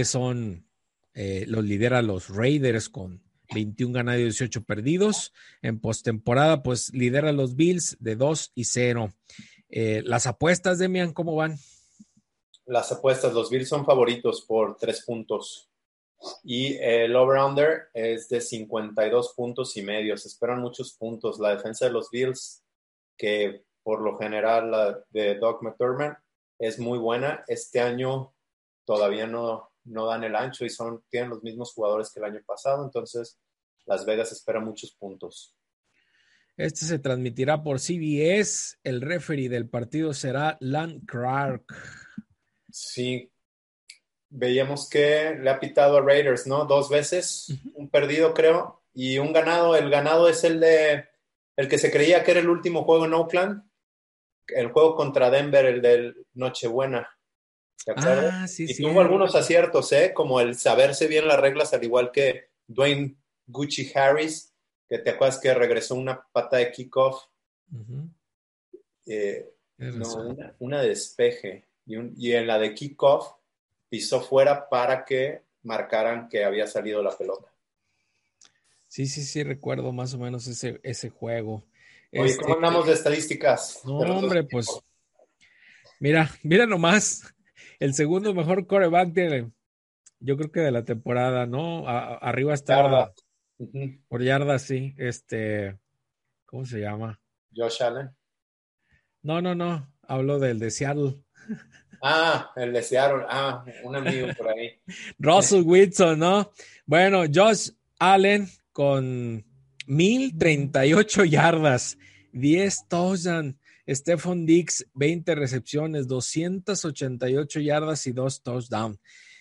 los lidera los Raiders con 21 ganados y 18 perdidos. En postemporada, pues lidera los Bills de 2-0. Las apuestas, Demian, ¿cómo van? Las apuestas, los Bills son favoritos por 3 puntos. Y el over-under es de 52 puntos y medio. Se esperan muchos puntos. La defensa de los Bills, que por lo general la de Doug McDermott, es muy buena. Este año todavía no dan el ancho y tienen los mismos jugadores que el año pasado. Entonces, Las Vegas espera muchos puntos. Se transmitirá por CBS. El referee del partido será Lan Clark. Sí. Veíamos que le ha pitado a Raiders, ¿no? 2 veces, un perdido creo, y un ganado. El ganado es el que se creía que era el último juego en Oakland, el juego contra Denver, el del Nochebuena. ¿Te acuerdas? Sí, y tuvo algunos aciertos, como el saberse bien las reglas, al igual que Dwayne Gucci Harris, que te acuerdas que regresó una pata de kickoff. Una de despeje, y en la de kickoff pisó fuera para que marcaran que había salido la pelota. Sí, recuerdo más o menos ese juego. Oye, ¿cómo andamos de estadísticas? No, hombre, pues mira nomás, el segundo mejor quarterback yo creo que de la temporada, ¿no? Arriba está por yarda, sí. ¿Cómo se llama? Josh Allen. No, hablo del de Seattle. El de Seattle. Un amigo por ahí. Russell Wilson, ¿no? Bueno, Josh Allen con 1,038 yardas, 10 touchdowns. Stephon Diggs, 20 recepciones, 288 yardas y 2 touchdowns.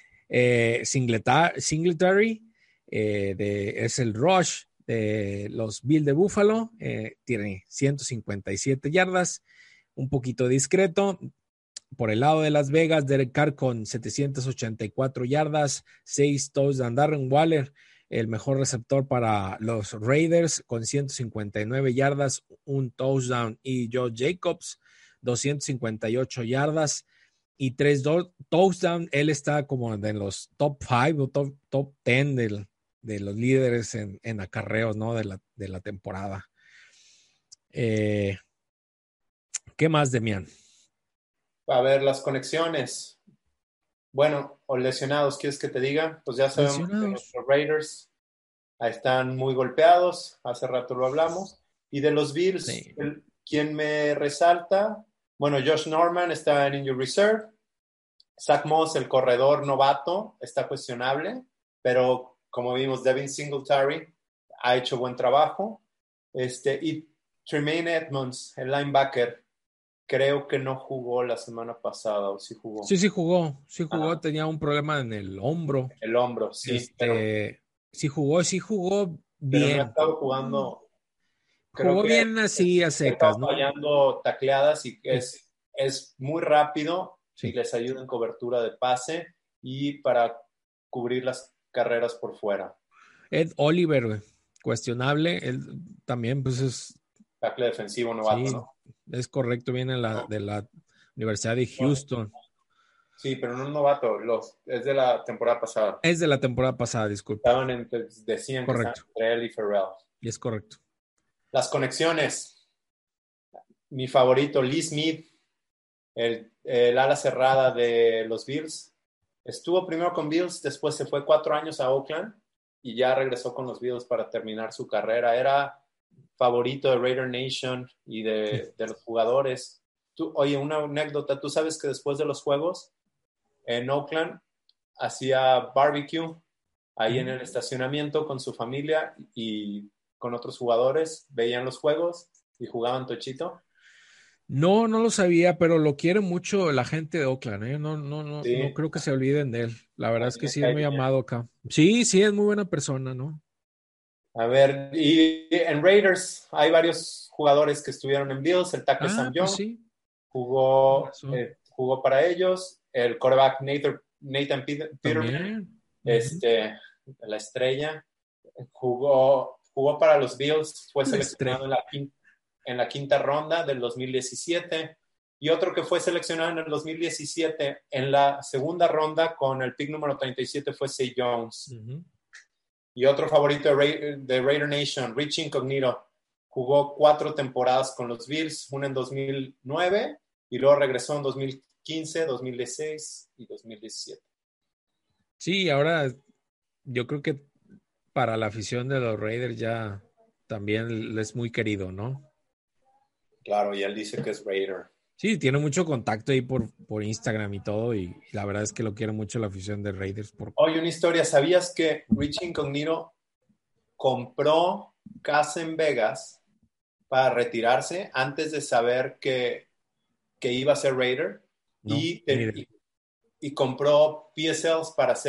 Singletary es el rush de los Bills de Buffalo, tiene 157 yardas, un poquito discreto. Por el lado de Las Vegas, Derek Carr con 784 yardas, 6 touchdowns. Darren Waller, el mejor receptor para los Raiders, con 159 yardas, un touchdown. Y Josh Jacobs, 258 yardas y 3 touchdowns. Él está como en los top 5 o top 10 de los líderes en acarreos, ¿no? de la temporada. ¿Qué más, Demian? A ver, las conexiones. Bueno, o lesionados, ¿quieres que te diga? Pues ya sabemos que los Raiders están muy golpeados. Hace rato lo hablamos. Y de los Bills, sí. ¿Quién me resalta? Bueno, Josh Norman está en Injury Reserve. Zach Moss, el corredor novato, está cuestionable. Pero como vimos, Devin Singletary ha hecho buen trabajo. Y Tremaine Edmonds, el linebacker, creo que no jugó la semana pasada, ¿o sí jugó? Sí jugó. Tenía un problema en el hombro. El hombro, sí. Pero Sí jugó pero no ha bien. estado jugando. Creo Jugó que bien así a ha secas, estado ¿no? fallando tacleadas y Sí, es muy rápido y sí. les ayuda en cobertura de pase y para cubrir las carreras por fuera. Ed Oliver, güey, cuestionable. Él también, pues Tackle defensivo novato, sí, ¿no? es correcto, viene de la Universidad de Houston. Sí, pero no es novato, es de la temporada pasada. Es de la temporada pasada, disculpe. Decían que estaban Correcto, entre él y Ferrell. y es correcto. Las conexiones. Mi favorito, Lee Smith, el ala cerrada de los Bills. Estuvo primero con Bills, después se fue 4 años a Oakland y ya regresó con los Bills para terminar su carrera. Era favorito de Raider Nation y Sí. de los jugadores. Oye, una anécdota, tú sabes que después de los juegos en Oakland hacía barbecue ahí en el estacionamiento con su familia y con otros jugadores, veían los juegos y jugaban tochito. No, no lo sabía, pero lo quiere mucho la gente de Oakland, ¿eh? No Sí, creo que se olviden de él. La a verdad es mí que me sí es cae muy bien. amado acá. Sí, sí, es muy buena persona, ¿no? A ver, y en Raiders hay varios jugadores que estuvieron en Bills. El tackle Sam Pues Young sí, tienes jugó, razón. jugó para ellos. El quarterback Nathan Peterman, También. Ujú. la estrella, jugó para los Bills. Fue La seleccionado estrella. en la quinta ronda del 2017. Y otro que fue seleccionado en el 2017 en la segunda ronda con el pick número 37 fue Zay Jones. Ujú. Y otro favorito de Raider Nation, Rich Incognito, jugó 4 temporadas con los Bills, una en 2009 y luego regresó en 2015, 2016 y 2017. Sí, ahora yo creo que para la afición de los Raiders ya también es muy querido, ¿no? Claro, y él dice que es Raider. Sí, tiene mucho contacto ahí por Instagram y todo, y la verdad es que lo quiere mucho la afición de Raiders. Oye, una historia, ¿sabías que Rich Incognito compró casa en Vegas para retirarse antes de saber que iba a ser Raider? No, ni idea. Y compró PSLs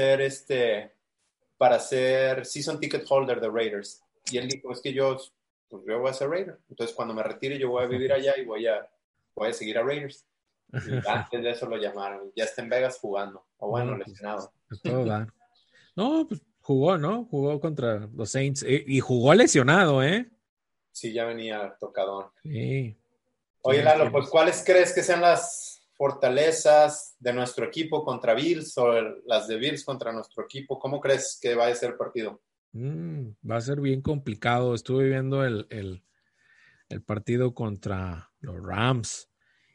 para ser season ticket holder de Raiders. Y él dijo, es que pues yo voy a ser Raider. Entonces cuando me retire yo voy a vivir allá y voy a seguir a Raiders. Y antes de eso lo llamaron. Ya está en Vegas jugando. O bueno, No, pues lesionado. a todo da. No, pues jugó, ¿no? Jugó contra los Saints y jugó lesionado, ¿eh? Sí, ya venía tocadón. Sí, Oye, tienes, Lalo, pues tienes. ¿cuáles crees que sean las fortalezas de nuestro equipo contra Bills o las de Bills contra nuestro equipo? ¿Cómo crees que va a ser el partido? Va a ser bien complicado. Estuve viendo el partido contra los Rams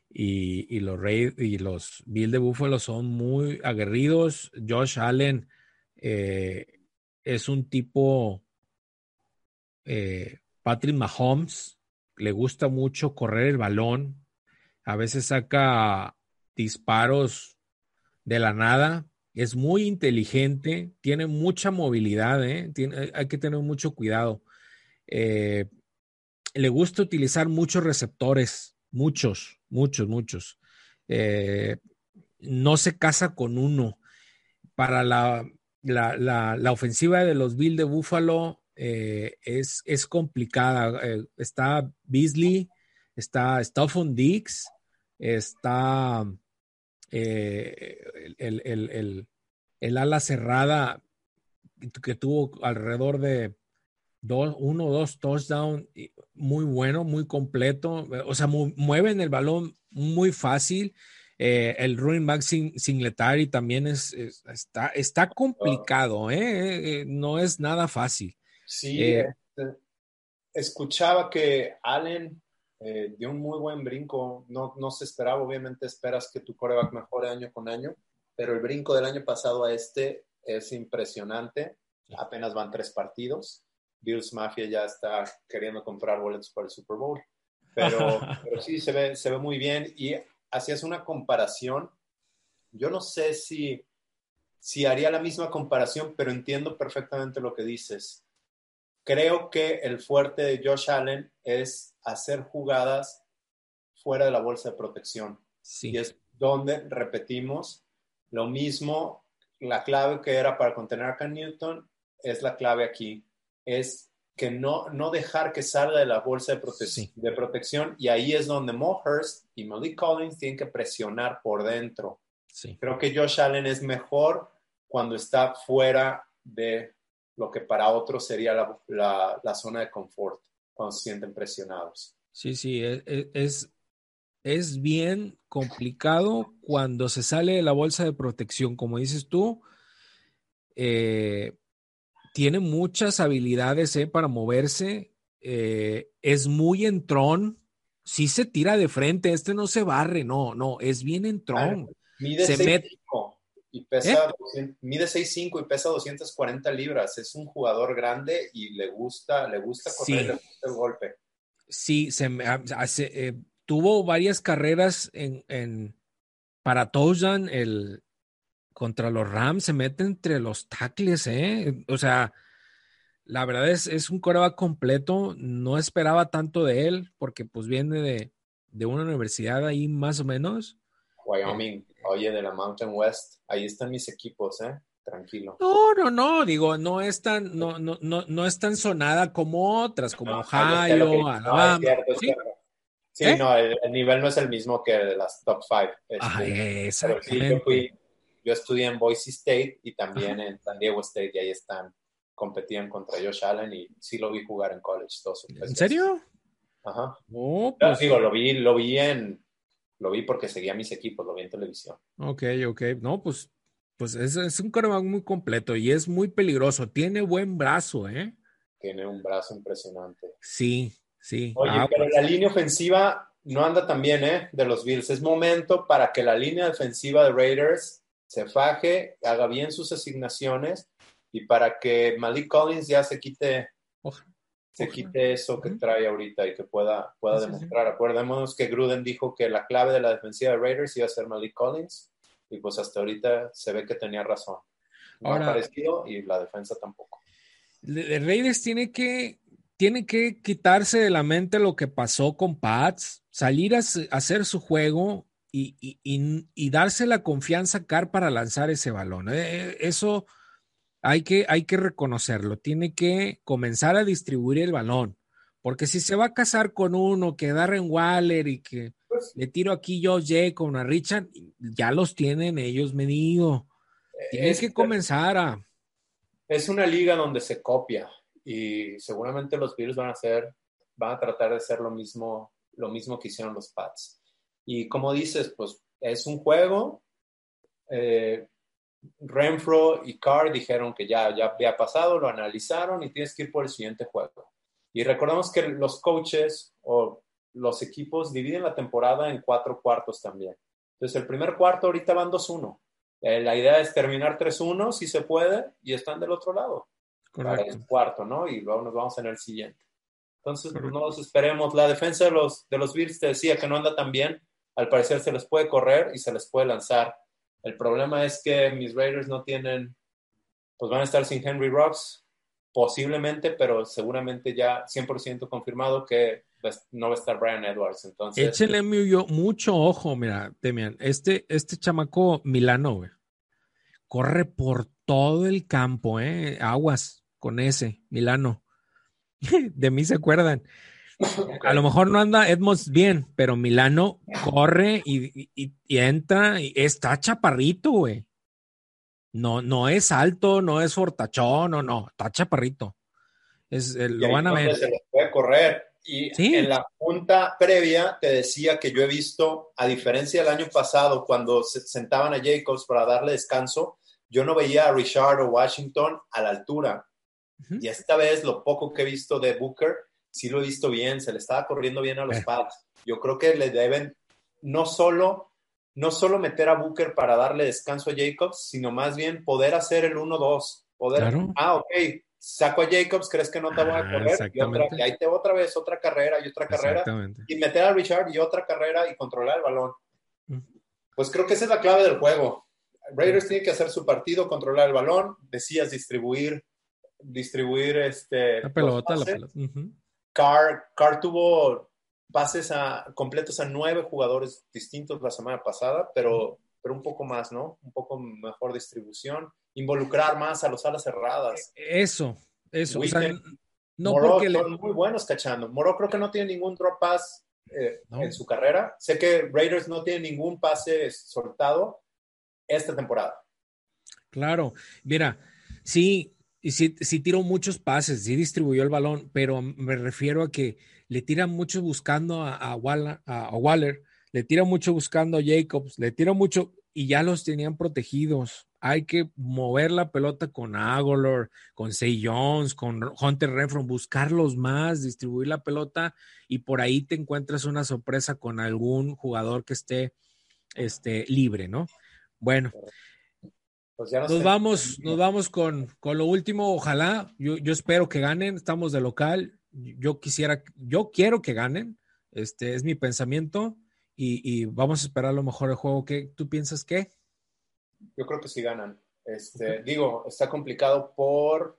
y los Bills de Buffalo son muy aguerridos. Josh Allen es un tipo Patrick Mahomes, le gusta mucho correr el balón, a veces saca disparos de la nada, es muy inteligente, tiene mucha movilidad, hay que tener mucho cuidado. Eh, Le gusta utilizar muchos receptores, muchos. Eh, no se casa con uno. Para la ofensiva de los Bills de Buffalo es complicada. Está Beasley, está Stephon Diggs, está el ala cerrada que tuvo alrededor de uno o dos touchdowns, muy bueno, muy completo. O sea, mueven el balón muy fácil. El running back Singletary también está complicado, ¿eh? No es nada fácil. Sí, Eh, escuchaba que Allen dio un muy buen brinco. No se esperaba, obviamente esperas que tu quarterback mejore año con año, pero el brinco del año pasado a este es impresionante. Apenas van 3 partidos. Bills Mafia ya está queriendo comprar boletos para el Super Bowl. Pero sí, se ve muy bien. Y hacías una comparación. Yo no sé si haría la misma comparación, pero entiendo perfectamente lo que dices. Creo que el fuerte de Josh Allen es hacer jugadas fuera de la bolsa de protección. Y sí, es donde repetimos lo mismo, la clave que era para contener a Cam Newton es la clave aquí. Es que no dejar que salga de la bolsa Sí. de protección, y ahí es donde Mo Hurst y Malik Collins tienen que presionar por dentro. Sí. Creo que Josh Allen es mejor cuando está fuera de lo que para otros sería la zona de confort, cuando se sienten presionados. Sí, es bien complicado cuando se sale de la bolsa de protección, como dices tú. Tiene muchas habilidades para moverse, es muy entrón, sí se tira de frente, no se barre, no, es bien entrón. Mide Se mete, 6'5" y pesa, mide 6'5" y pesa 240 libras. Es un jugador grande y le gusta correr, sí, le gusta el golpe. sí, tuvo varias carreras para touchdown, contra los Rams, se mete entre los tackles, o sea, la verdad es un quarterback completo. No esperaba tanto de él porque pues viene de una universidad ahí más o menos. Wyoming, oye, de la Mountain West, ahí están mis equipos, tranquilo. No, digo, no es tan sonada como otras, como No, yo sé lo que... Ohio, No, es Alabama. cierto, es ¿Sí? cierto. Sí, no, el nivel no es el mismo que de las top 5. Pero sí, Exactamente. yo estudié en Boise State y Ajá. también en San Diego State, y ahí competían contra Josh Allen, y sí lo vi jugar en college 2 o 3 ¿En veces. serio? Ajá. Oh, Digo, pues, lo vi porque seguía mis equipos, lo vi en televisión. ok. No, pues es un quarterback muy completo y es muy peligroso. Tiene buen brazo, ¿eh? Tiene un brazo impresionante. Sí, Oye, pero la aguas. línea ofensiva no anda tan bien, de los Bills. Es momento para que la línea defensiva de Raiders se faje, haga bien sus asignaciones, y para que Malik Collins ya se quite Ojalá. eso que Ujú. trae ahorita y que pueda Sí. demostrar. Acordémonos que Gruden dijo que la clave de la defensiva de Raiders iba a ser Malik Collins, y pues hasta ahorita se ve que tenía razón. No ha Ahora, aparecido y la defensa tampoco. Raiders tiene que quitarse de la mente lo que pasó con Pats, salir a hacer su juego y darse la confianza a Carr para lanzar ese balón. Eso hay que reconocerlo. Tiene que comenzar a distribuir el balón, porque si se va a casar con uno que Darren Waller y que Pues le tiro aquí yo con a Richard, ya los tienen ellos medido. Tienen es, que comenzar es una liga donde se copia, y seguramente los Bills van a tratar de hacer lo mismo que hicieron los Pats. Y como dices, pues es un juego. eh, Renfro y Carr dijeron que ya había pasado, lo analizaron y tienes que ir por el siguiente juego. Y recordemos que los coaches o los equipos dividen la temporada en 4 cuartos también. Entonces, el primer cuarto ahorita van 2-1. La idea es terminar 3-1 si se puede, y están del otro lado para correcto, el cuarto, ¿no? Y luego nos vamos en el siguiente. Entonces, pues no correcto. nos esperemos. La defensa de los Bills, te decía que no anda tan bien. Al parecer se les puede correr y se les puede lanzar. El problema es que mis Raiders no tienen, pues van a estar sin Henry Ruggs, posiblemente, pero seguramente ya 100% confirmado que no va a estar Brian Edwards. Entonces, Échenle mucho ojo, mira, Demian, este chamaco Milano, güey, corre por todo el campo, aguas con ese Milano. De mí se acuerdan. ok. A lo mejor no anda Edmonds bien, pero Milano corre y entra y está chaparrito, güey. No es alto, no es fortachón, no, está chaparrito. Y Lo ahí van es a donde ver. se les puede correr. Y en Sí, la junta previa te decía que yo he visto, a diferencia del año pasado, cuando se sentaban a Jacobs para darle descanso, yo no veía a Richard o Washington a la altura. uh-huh. Y esta vez, lo poco que he visto de Booker, sí lo he visto bien, se le estaba corriendo bien a los Pats. Yo creo que le deben no solo, no solo meter a Booker para darle descanso a Jacobs, sino más bien poder hacer el 1-2. Claro. Ok, saco a Jacobs, ¿crees que no te voy a correr? Y Exactamente. ahí te va otra vez, otra carrera y otra carrera, Exactamente. y meter a Richard y otra carrera y controlar el balón. Uh-huh. Pues creo que esa es la clave del juego. Raiders tiene que hacer su partido, controlar el balón, decías distribuir La los pelota, la pases. pelota. Uh-huh. Carr tuvo pases completos a 9 jugadores distintos la semana pasada, pero pero un poco más, ¿no? Un poco mejor distribución, involucrar más a los alas cerradas. Eso. O sea, no Moreau porque son muy buenos cachando. Moreau creo que no tiene ningún drop pass No. en su carrera. Sé que Raiders no tiene ningún pase soltado esta temporada. Claro, mira, sí, y sí tiró muchos pases, sí distribuyó el balón, pero me refiero a que le tira mucho buscando a Waller, le tira mucho buscando a Jacobs, le tira mucho y ya los tenían protegidos. Hay que mover la pelota con Agholor, con Zay Jones, con Hunter Renfrow, buscarlos más, distribuir la pelota y por ahí te encuentras una sorpresa con algún jugador que esté libre, ¿no? Bueno. Pues ya Nos vamos con lo último, ojalá, yo espero que ganen, estamos de local, yo quiero que ganen, es mi pensamiento y vamos a esperar lo mejor del juego. ¿Qué tú piensas que? Yo creo que sí ganan. Digo, está complicado por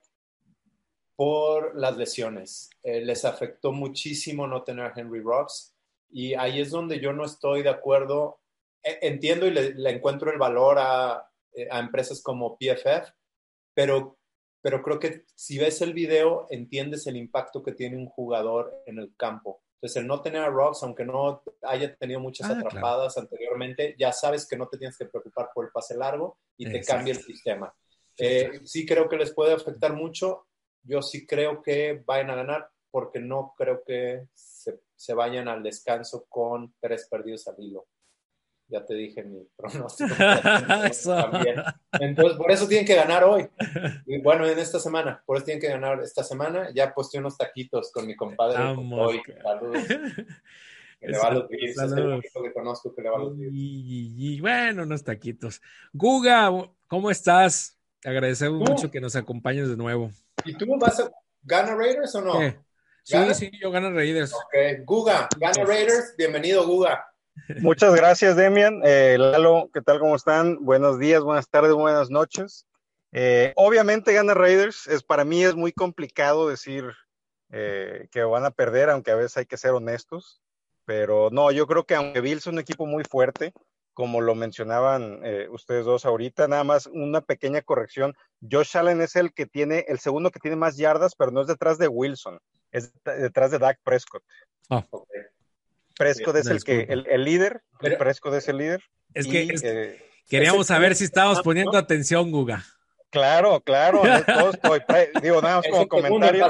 las lesiones. Les afectó muchísimo no tener a Henry Ruggs y ahí es donde yo no estoy de acuerdo. Entiendo y le encuentro el valor a empresas como PFF, pero creo que si ves el video entiendes el impacto que tiene un jugador en el campo. Entonces, el no tener a Ruggs, aunque no haya tenido muchas atrapadas anteriormente, ya sabes que no te tienes que preocupar por el pase largo y te cambia el sistema. Sí creo que les puede afectar mucho. Yo sí creo que vayan a ganar porque no creo que se vayan al descanso con 3 perdidos al hilo. Ya te dije mi pronóstico. También. Entonces, por eso tienen que ganar hoy. Y bueno, en esta semana. Por eso tienen que ganar esta semana. Ya posté unos taquitos con mi compadre hoy. Saludos. Que le va a los Bills. Es el único que conozco que le va a los Bills. Y bueno, unos taquitos. Guga, ¿cómo estás? Te agradecemos mucho que nos acompañes de nuevo. ¿Y tú vas a ganar Raiders o no? Sí, yo gano Raiders. Ok, Guga, gana Raiders. Bienvenido, Guga. Muchas gracias, Demian. Lalo, ¿qué tal? ¿Cómo están? Buenos días, buenas tardes, buenas noches. Obviamente gana Raiders. Para mí es muy complicado decir que van a perder, aunque a veces hay que ser honestos. Pero no, yo creo que aunque Bills es un equipo muy fuerte, como lo mencionaban ustedes dos ahorita, nada más una pequeña corrección. Josh Allen es el segundo que tiene más yardas, pero no es detrás de Wilson, es detrás de Dak Prescott. Okay. Prescott es el líder. Prescott es el líder. Es que queríamos saber si estabas poniendo atención, Guga. Claro, todo estoy. Digo, nada más como comentario.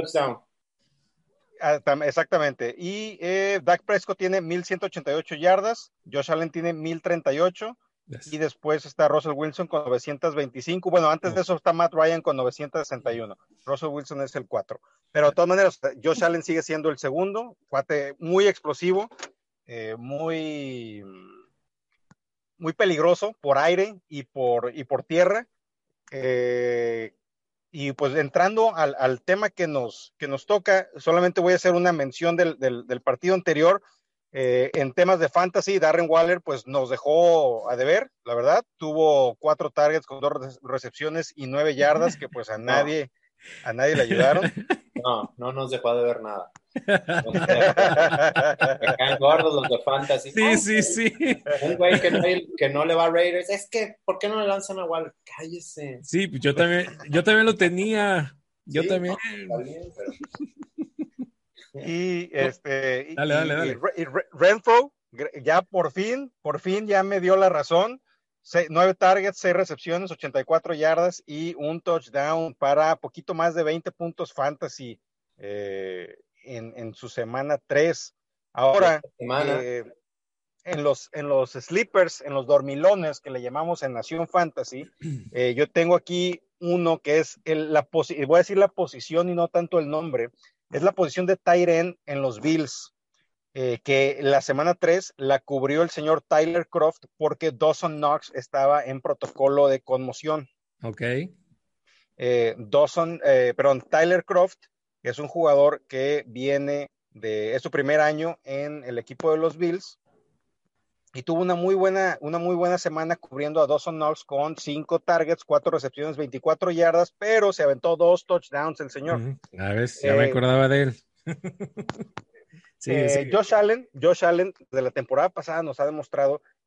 Exactamente. Y Dak Prescott tiene 1,188 yardas, Josh Allen tiene 1,038. Yes. Y después está Russell Wilson con 925. Bueno, antes de eso está Matt Ryan con 961. Russell Wilson es el 4. Pero de todas maneras, Josh Allen sigue siendo el segundo. Cuate muy explosivo, muy peligroso por aire y por tierra. Y pues entrando al tema que nos toca, solamente voy a hacer una mención del partido anterior. En temas de fantasy, Darren Waller pues nos dejó a deber, la verdad. Tuvo 4 targets con 2 recepciones y 9 yardas que pues a nadie le ayudaron. No nos dejó a deber nada. Me caen gordos los de fantasy. Sí. Un güey que no le va a Raiders. Es que, ¿por qué no le lanzan a Waller? Cállese. Sí, yo también lo tenía. Yo también. No, está bien, pero... Y dale. Y Renfrow ya por fin ya me dio la razón. 9 targets, 6 recepciones, 84 yardas y un touchdown para poquito más de 20 puntos fantasy en su semana 3. Ahora, en los sleepers, en los dormilones que le llamamos en Nación Fantasy, yo tengo aquí uno que es voy a decir la posición y no tanto el nombre. Es la posición de tight end en los Bills, que la semana 3 la cubrió el señor Tyler Kroft porque Dawson Knox estaba en protocolo de conmoción. Ok. Tyler Kroft es un jugador que es su primer año en el equipo de los Bills y tuvo una muy buena semana cubriendo a Dawson Knox con 5 targets, 4 recepciones, 24 yardas, pero se aventó 2 touchdowns el señor. A ver, ya me acordaba de él. Sí. Josh Allen de la temporada pasada nos ha demostrado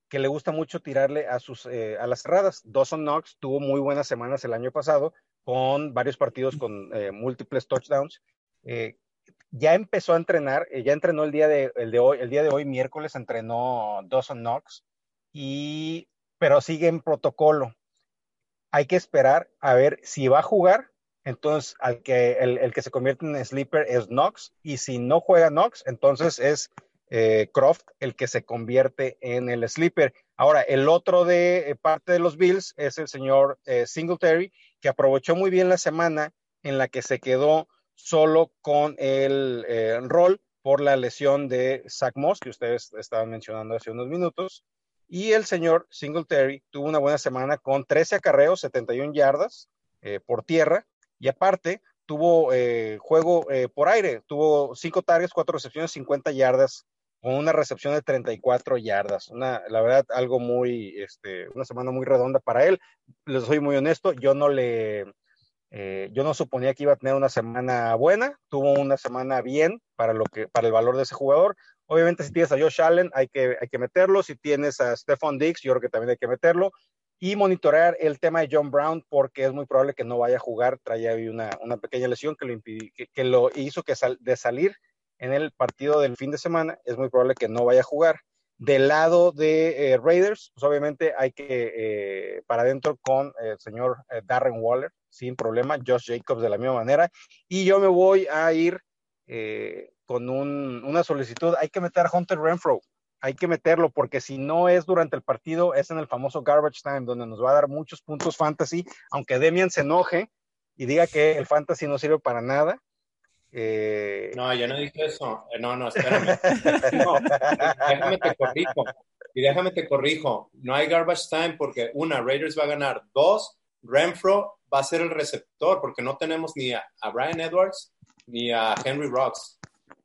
que le gusta mucho tirarle a las cerradas. Dawson Knox tuvo muy buenas semanas el año pasado, con varios partidos con múltiples touchdowns. Ya empezó a entrenar, ya entrenó el día de hoy, miércoles, entrenó Dawson Knox, pero sigue en protocolo. Hay que esperar a ver si va a jugar. Entonces el que se convierte en sleeper es Knox, y si no juega Knox, entonces es Croft el que se convierte en el sleeper. Ahora, el otro de parte de los Bills es el señor Singletary, que aprovechó muy bien la semana en la que se quedó solo con el rol por la lesión de Zach Moss, que ustedes estaban mencionando hace unos minutos. Y el señor Singletary tuvo una buena semana con 13 acarreos, 71 yardas por tierra, y aparte tuvo juego por aire, tuvo 5 targets, 4 recepciones, 50 yardas, con una recepción de 34 yardas. La verdad, algo una semana muy redonda para él. Les soy muy honesto, yo no suponía que iba a tener una semana buena. Tuvo una semana bien para el valor de ese jugador. Obviamente, si tienes a Josh Allen, hay que meterlo. Si tienes a Stephon Diggs, yo creo que también hay que meterlo. Y monitorear el tema de John Brown, porque es muy probable que no vaya a jugar. Traía ahí una pequeña lesión que lo hizo de salir en el partido del fin de semana. Es muy probable que no vaya a jugar. Del lado de Raiders, pues obviamente hay que para adentro con el señor Darren Waller, sin problema. Josh Jacobs de la misma manera. Y yo me voy a ir con una solicitud. Hay que meter a Hunter Renfrow. Hay que meterlo, porque si no es durante el partido, es en el famoso garbage time, donde nos va a dar muchos puntos fantasy, aunque Demian se enoje y diga que el fantasy no sirve para nada. No, yo no dije eso. No, espérame. No, déjame te corrijo. No hay garbage time porque, Raiders va a ganar. 2, Renfrow va a ser el receptor, porque no tenemos ni a Bryan Edwards ni a Henry Rocks.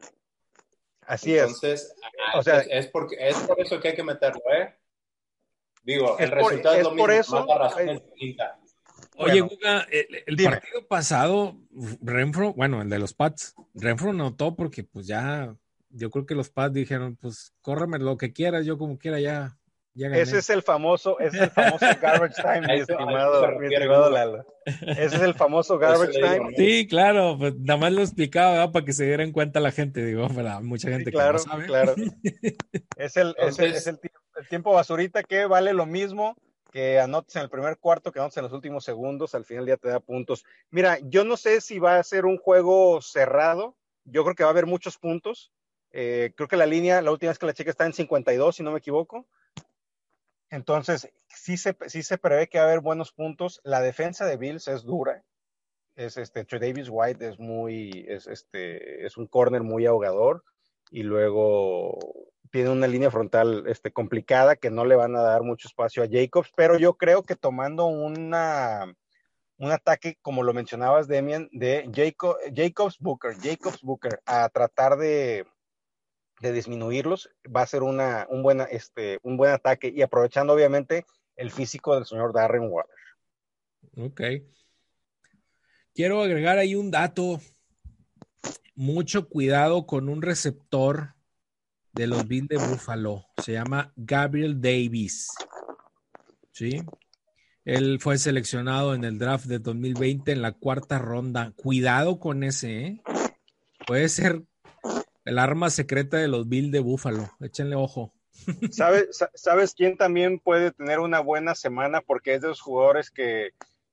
Así Entonces, es por eso que hay que meterlo, ¿eh? Digo, el resultado es lo mismo, más la razón es distinta. Oye, Guga, el partido pasado, Renfrow, el de los Pats, Renfrow notó porque pues ya, yo creo que los Pats dijeron, pues córreme lo que quieras, yo como quiera ya gané. Ese es el famoso garbage time, mi estimado Lalo. Ese es el famoso garbage time. Sí, claro, pues nada más lo explicaba, ¿verdad? Para que se dieran cuenta la gente, digo, para mucha gente que no sabe. Claro. Es el tiempo basurita, que vale lo mismo que anotes en el primer cuarto, que anotes en los últimos segundos. Al final ya te da puntos. Mira, yo no sé si va a ser un juego cerrado. Yo creo que va a haber muchos puntos. Creo que la línea, la última vez que la chequé, está en 52, si no me equivoco. Entonces, sí se prevé que va a haber buenos puntos. La defensa de Bills es dura. Tre'Davious White es un corner muy ahogador, y luego tiene una línea frontal complicada, que no le van a dar mucho espacio a Jacobs, pero yo creo que tomando un ataque, como lo mencionabas, Demian, de Jacobs Booker, a tratar de disminuirlos, va a ser un buen ataque, y aprovechando obviamente el físico del señor Darren Waller. Ok. Quiero agregar ahí un dato. Mucho cuidado con un receptor de los Bills de Buffalo. Se llama Gabriel Davis. ¿Sí? Él fue seleccionado en el draft de 2020 en la 4ª ronda. Cuidado con ese, ¿eh? Puede ser el arma secreta de los Bills de Buffalo. Échenle ojo. ¿Sabes quién también puede tener una buena semana? Porque es de los jugadores que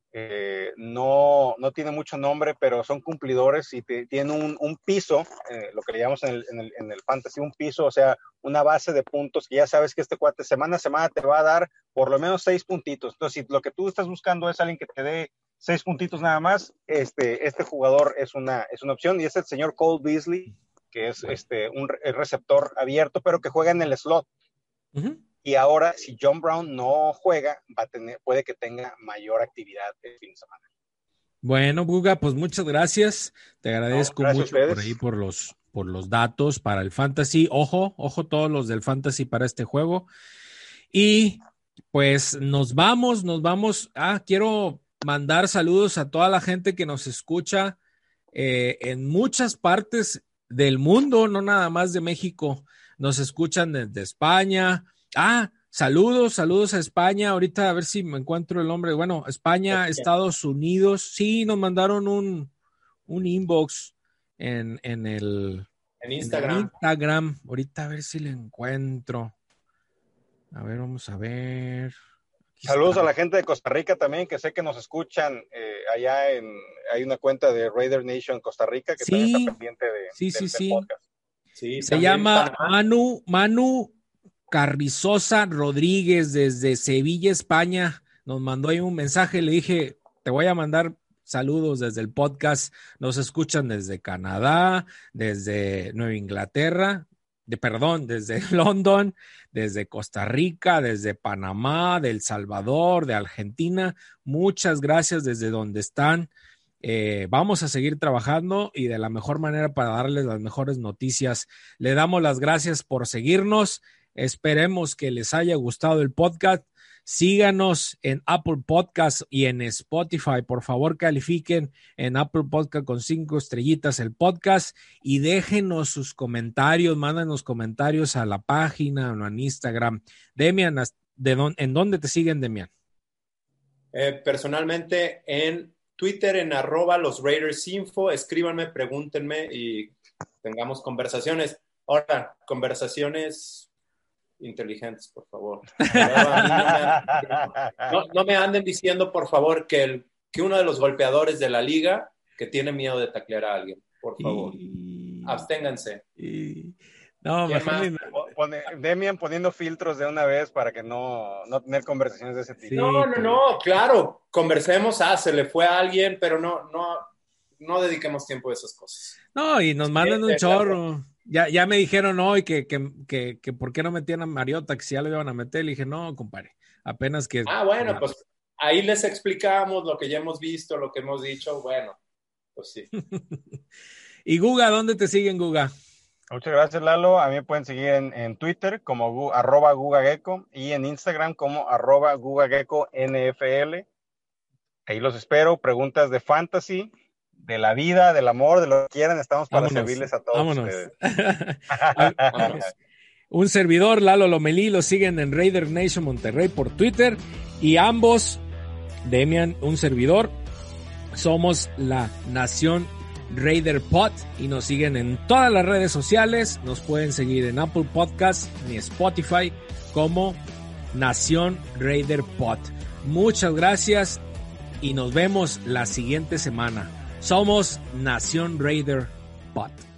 no tiene mucho nombre, pero son cumplidores y tienen un piso, lo que le llamamos en el fantasy, un piso, o sea, una base de puntos, que ya sabes que este cuate semana a semana te va a dar por lo menos 6 puntitos. Entonces, si lo que tú estás buscando es alguien que te dé 6 puntitos nada más, este jugador es una opción, y es el señor Cole Beasley, que es un receptor abierto, pero que juega en el slot. Uh-huh. Y ahora, si John Brown no juega, puede que tenga mayor actividad el fin de semana. Bueno, Guga, pues muchas gracias. Te agradezco mucho por ahí por los datos para el fantasy. Ojo todos los del fantasy para este juego. Y pues nos vamos. Quiero mandar saludos a toda la gente que nos escucha en muchas partes del mundo, no nada más de México. Nos escuchan desde España. Saludos a España. Ahorita a ver si me encuentro el nombre. Bueno, España, Estados Unidos. Sí, nos mandaron un inbox en Instagram. En Instagram. Ahorita a ver si le encuentro. A ver, vamos a ver. Aquí Saludos está. a la gente de Costa Rica también, que sé que nos escuchan allá hay una cuenta de Raider Nation Costa Rica que también está pendiente del podcast. Sí, se llama Manu Carrizosa Rodríguez desde Sevilla, España. Nos mandó ahí un mensaje, le dije, te voy a mandar saludos desde el podcast. Nos escuchan desde Canadá, desde Nueva Inglaterra, desde London, desde Costa Rica, desde Panamá, de El Salvador, de Argentina. Muchas gracias desde donde están. Vamos a seguir trabajando y de la mejor manera para darles las mejores noticias. Le damos las gracias por seguirnos. Esperemos que les haya gustado el podcast. Síganos en Apple Podcast y en Spotify. Por favor, califiquen en Apple Podcast con 5 estrellitas el podcast y déjenos sus comentarios. Mándanos comentarios a la página o en Instagram. Demian, ¿en dónde te siguen, Demian? Personalmente en Twitter, en @losRaidersInfo. Escríbanme, pregúntenme y tengamos conversaciones. Ahora, conversaciones inteligentes, por favor. No me anden diciendo, por favor, que uno de los golpeadores de la liga que tiene miedo de taclear a alguien. Por favor, absténganse. No, Demian poniendo filtros de una vez para que no tener conversaciones de ese tipo. Sí, No, claro, conversemos, se le fue a alguien, pero no dediquemos tiempo a esas cosas. No, y nos mandan un chorro. Ya me dijeron hoy que por qué no metían a Mariota, que si ya lo iban a meter. Le dije, no, compadre, apenas que... Bueno, pues ahí les explicamos lo que ya hemos visto, lo que hemos dicho, bueno, pues sí. Y Guga, ¿dónde te siguen, Guga? Muchas gracias, Lalo. A mí me pueden seguir en Twitter como @GugaGecko y en Instagram como @GugaGeckoNFL. Ahí los espero. Preguntas de fantasy, de la vida, del amor, de lo que quieran. Estamos para servirles a todos ustedes. Vámonos. Un servidor, Lalo Lomelí, lo siguen en Raider Nation Monterrey por Twitter. Y ambos, Demian, un servidor, somos la Nación Raider Pod y nos siguen en todas las redes sociales. Nos pueden seguir en Apple Podcasts y Spotify como Nación Raider Pod. Muchas gracias y nos vemos la siguiente semana. Somos Nación Raider Pod.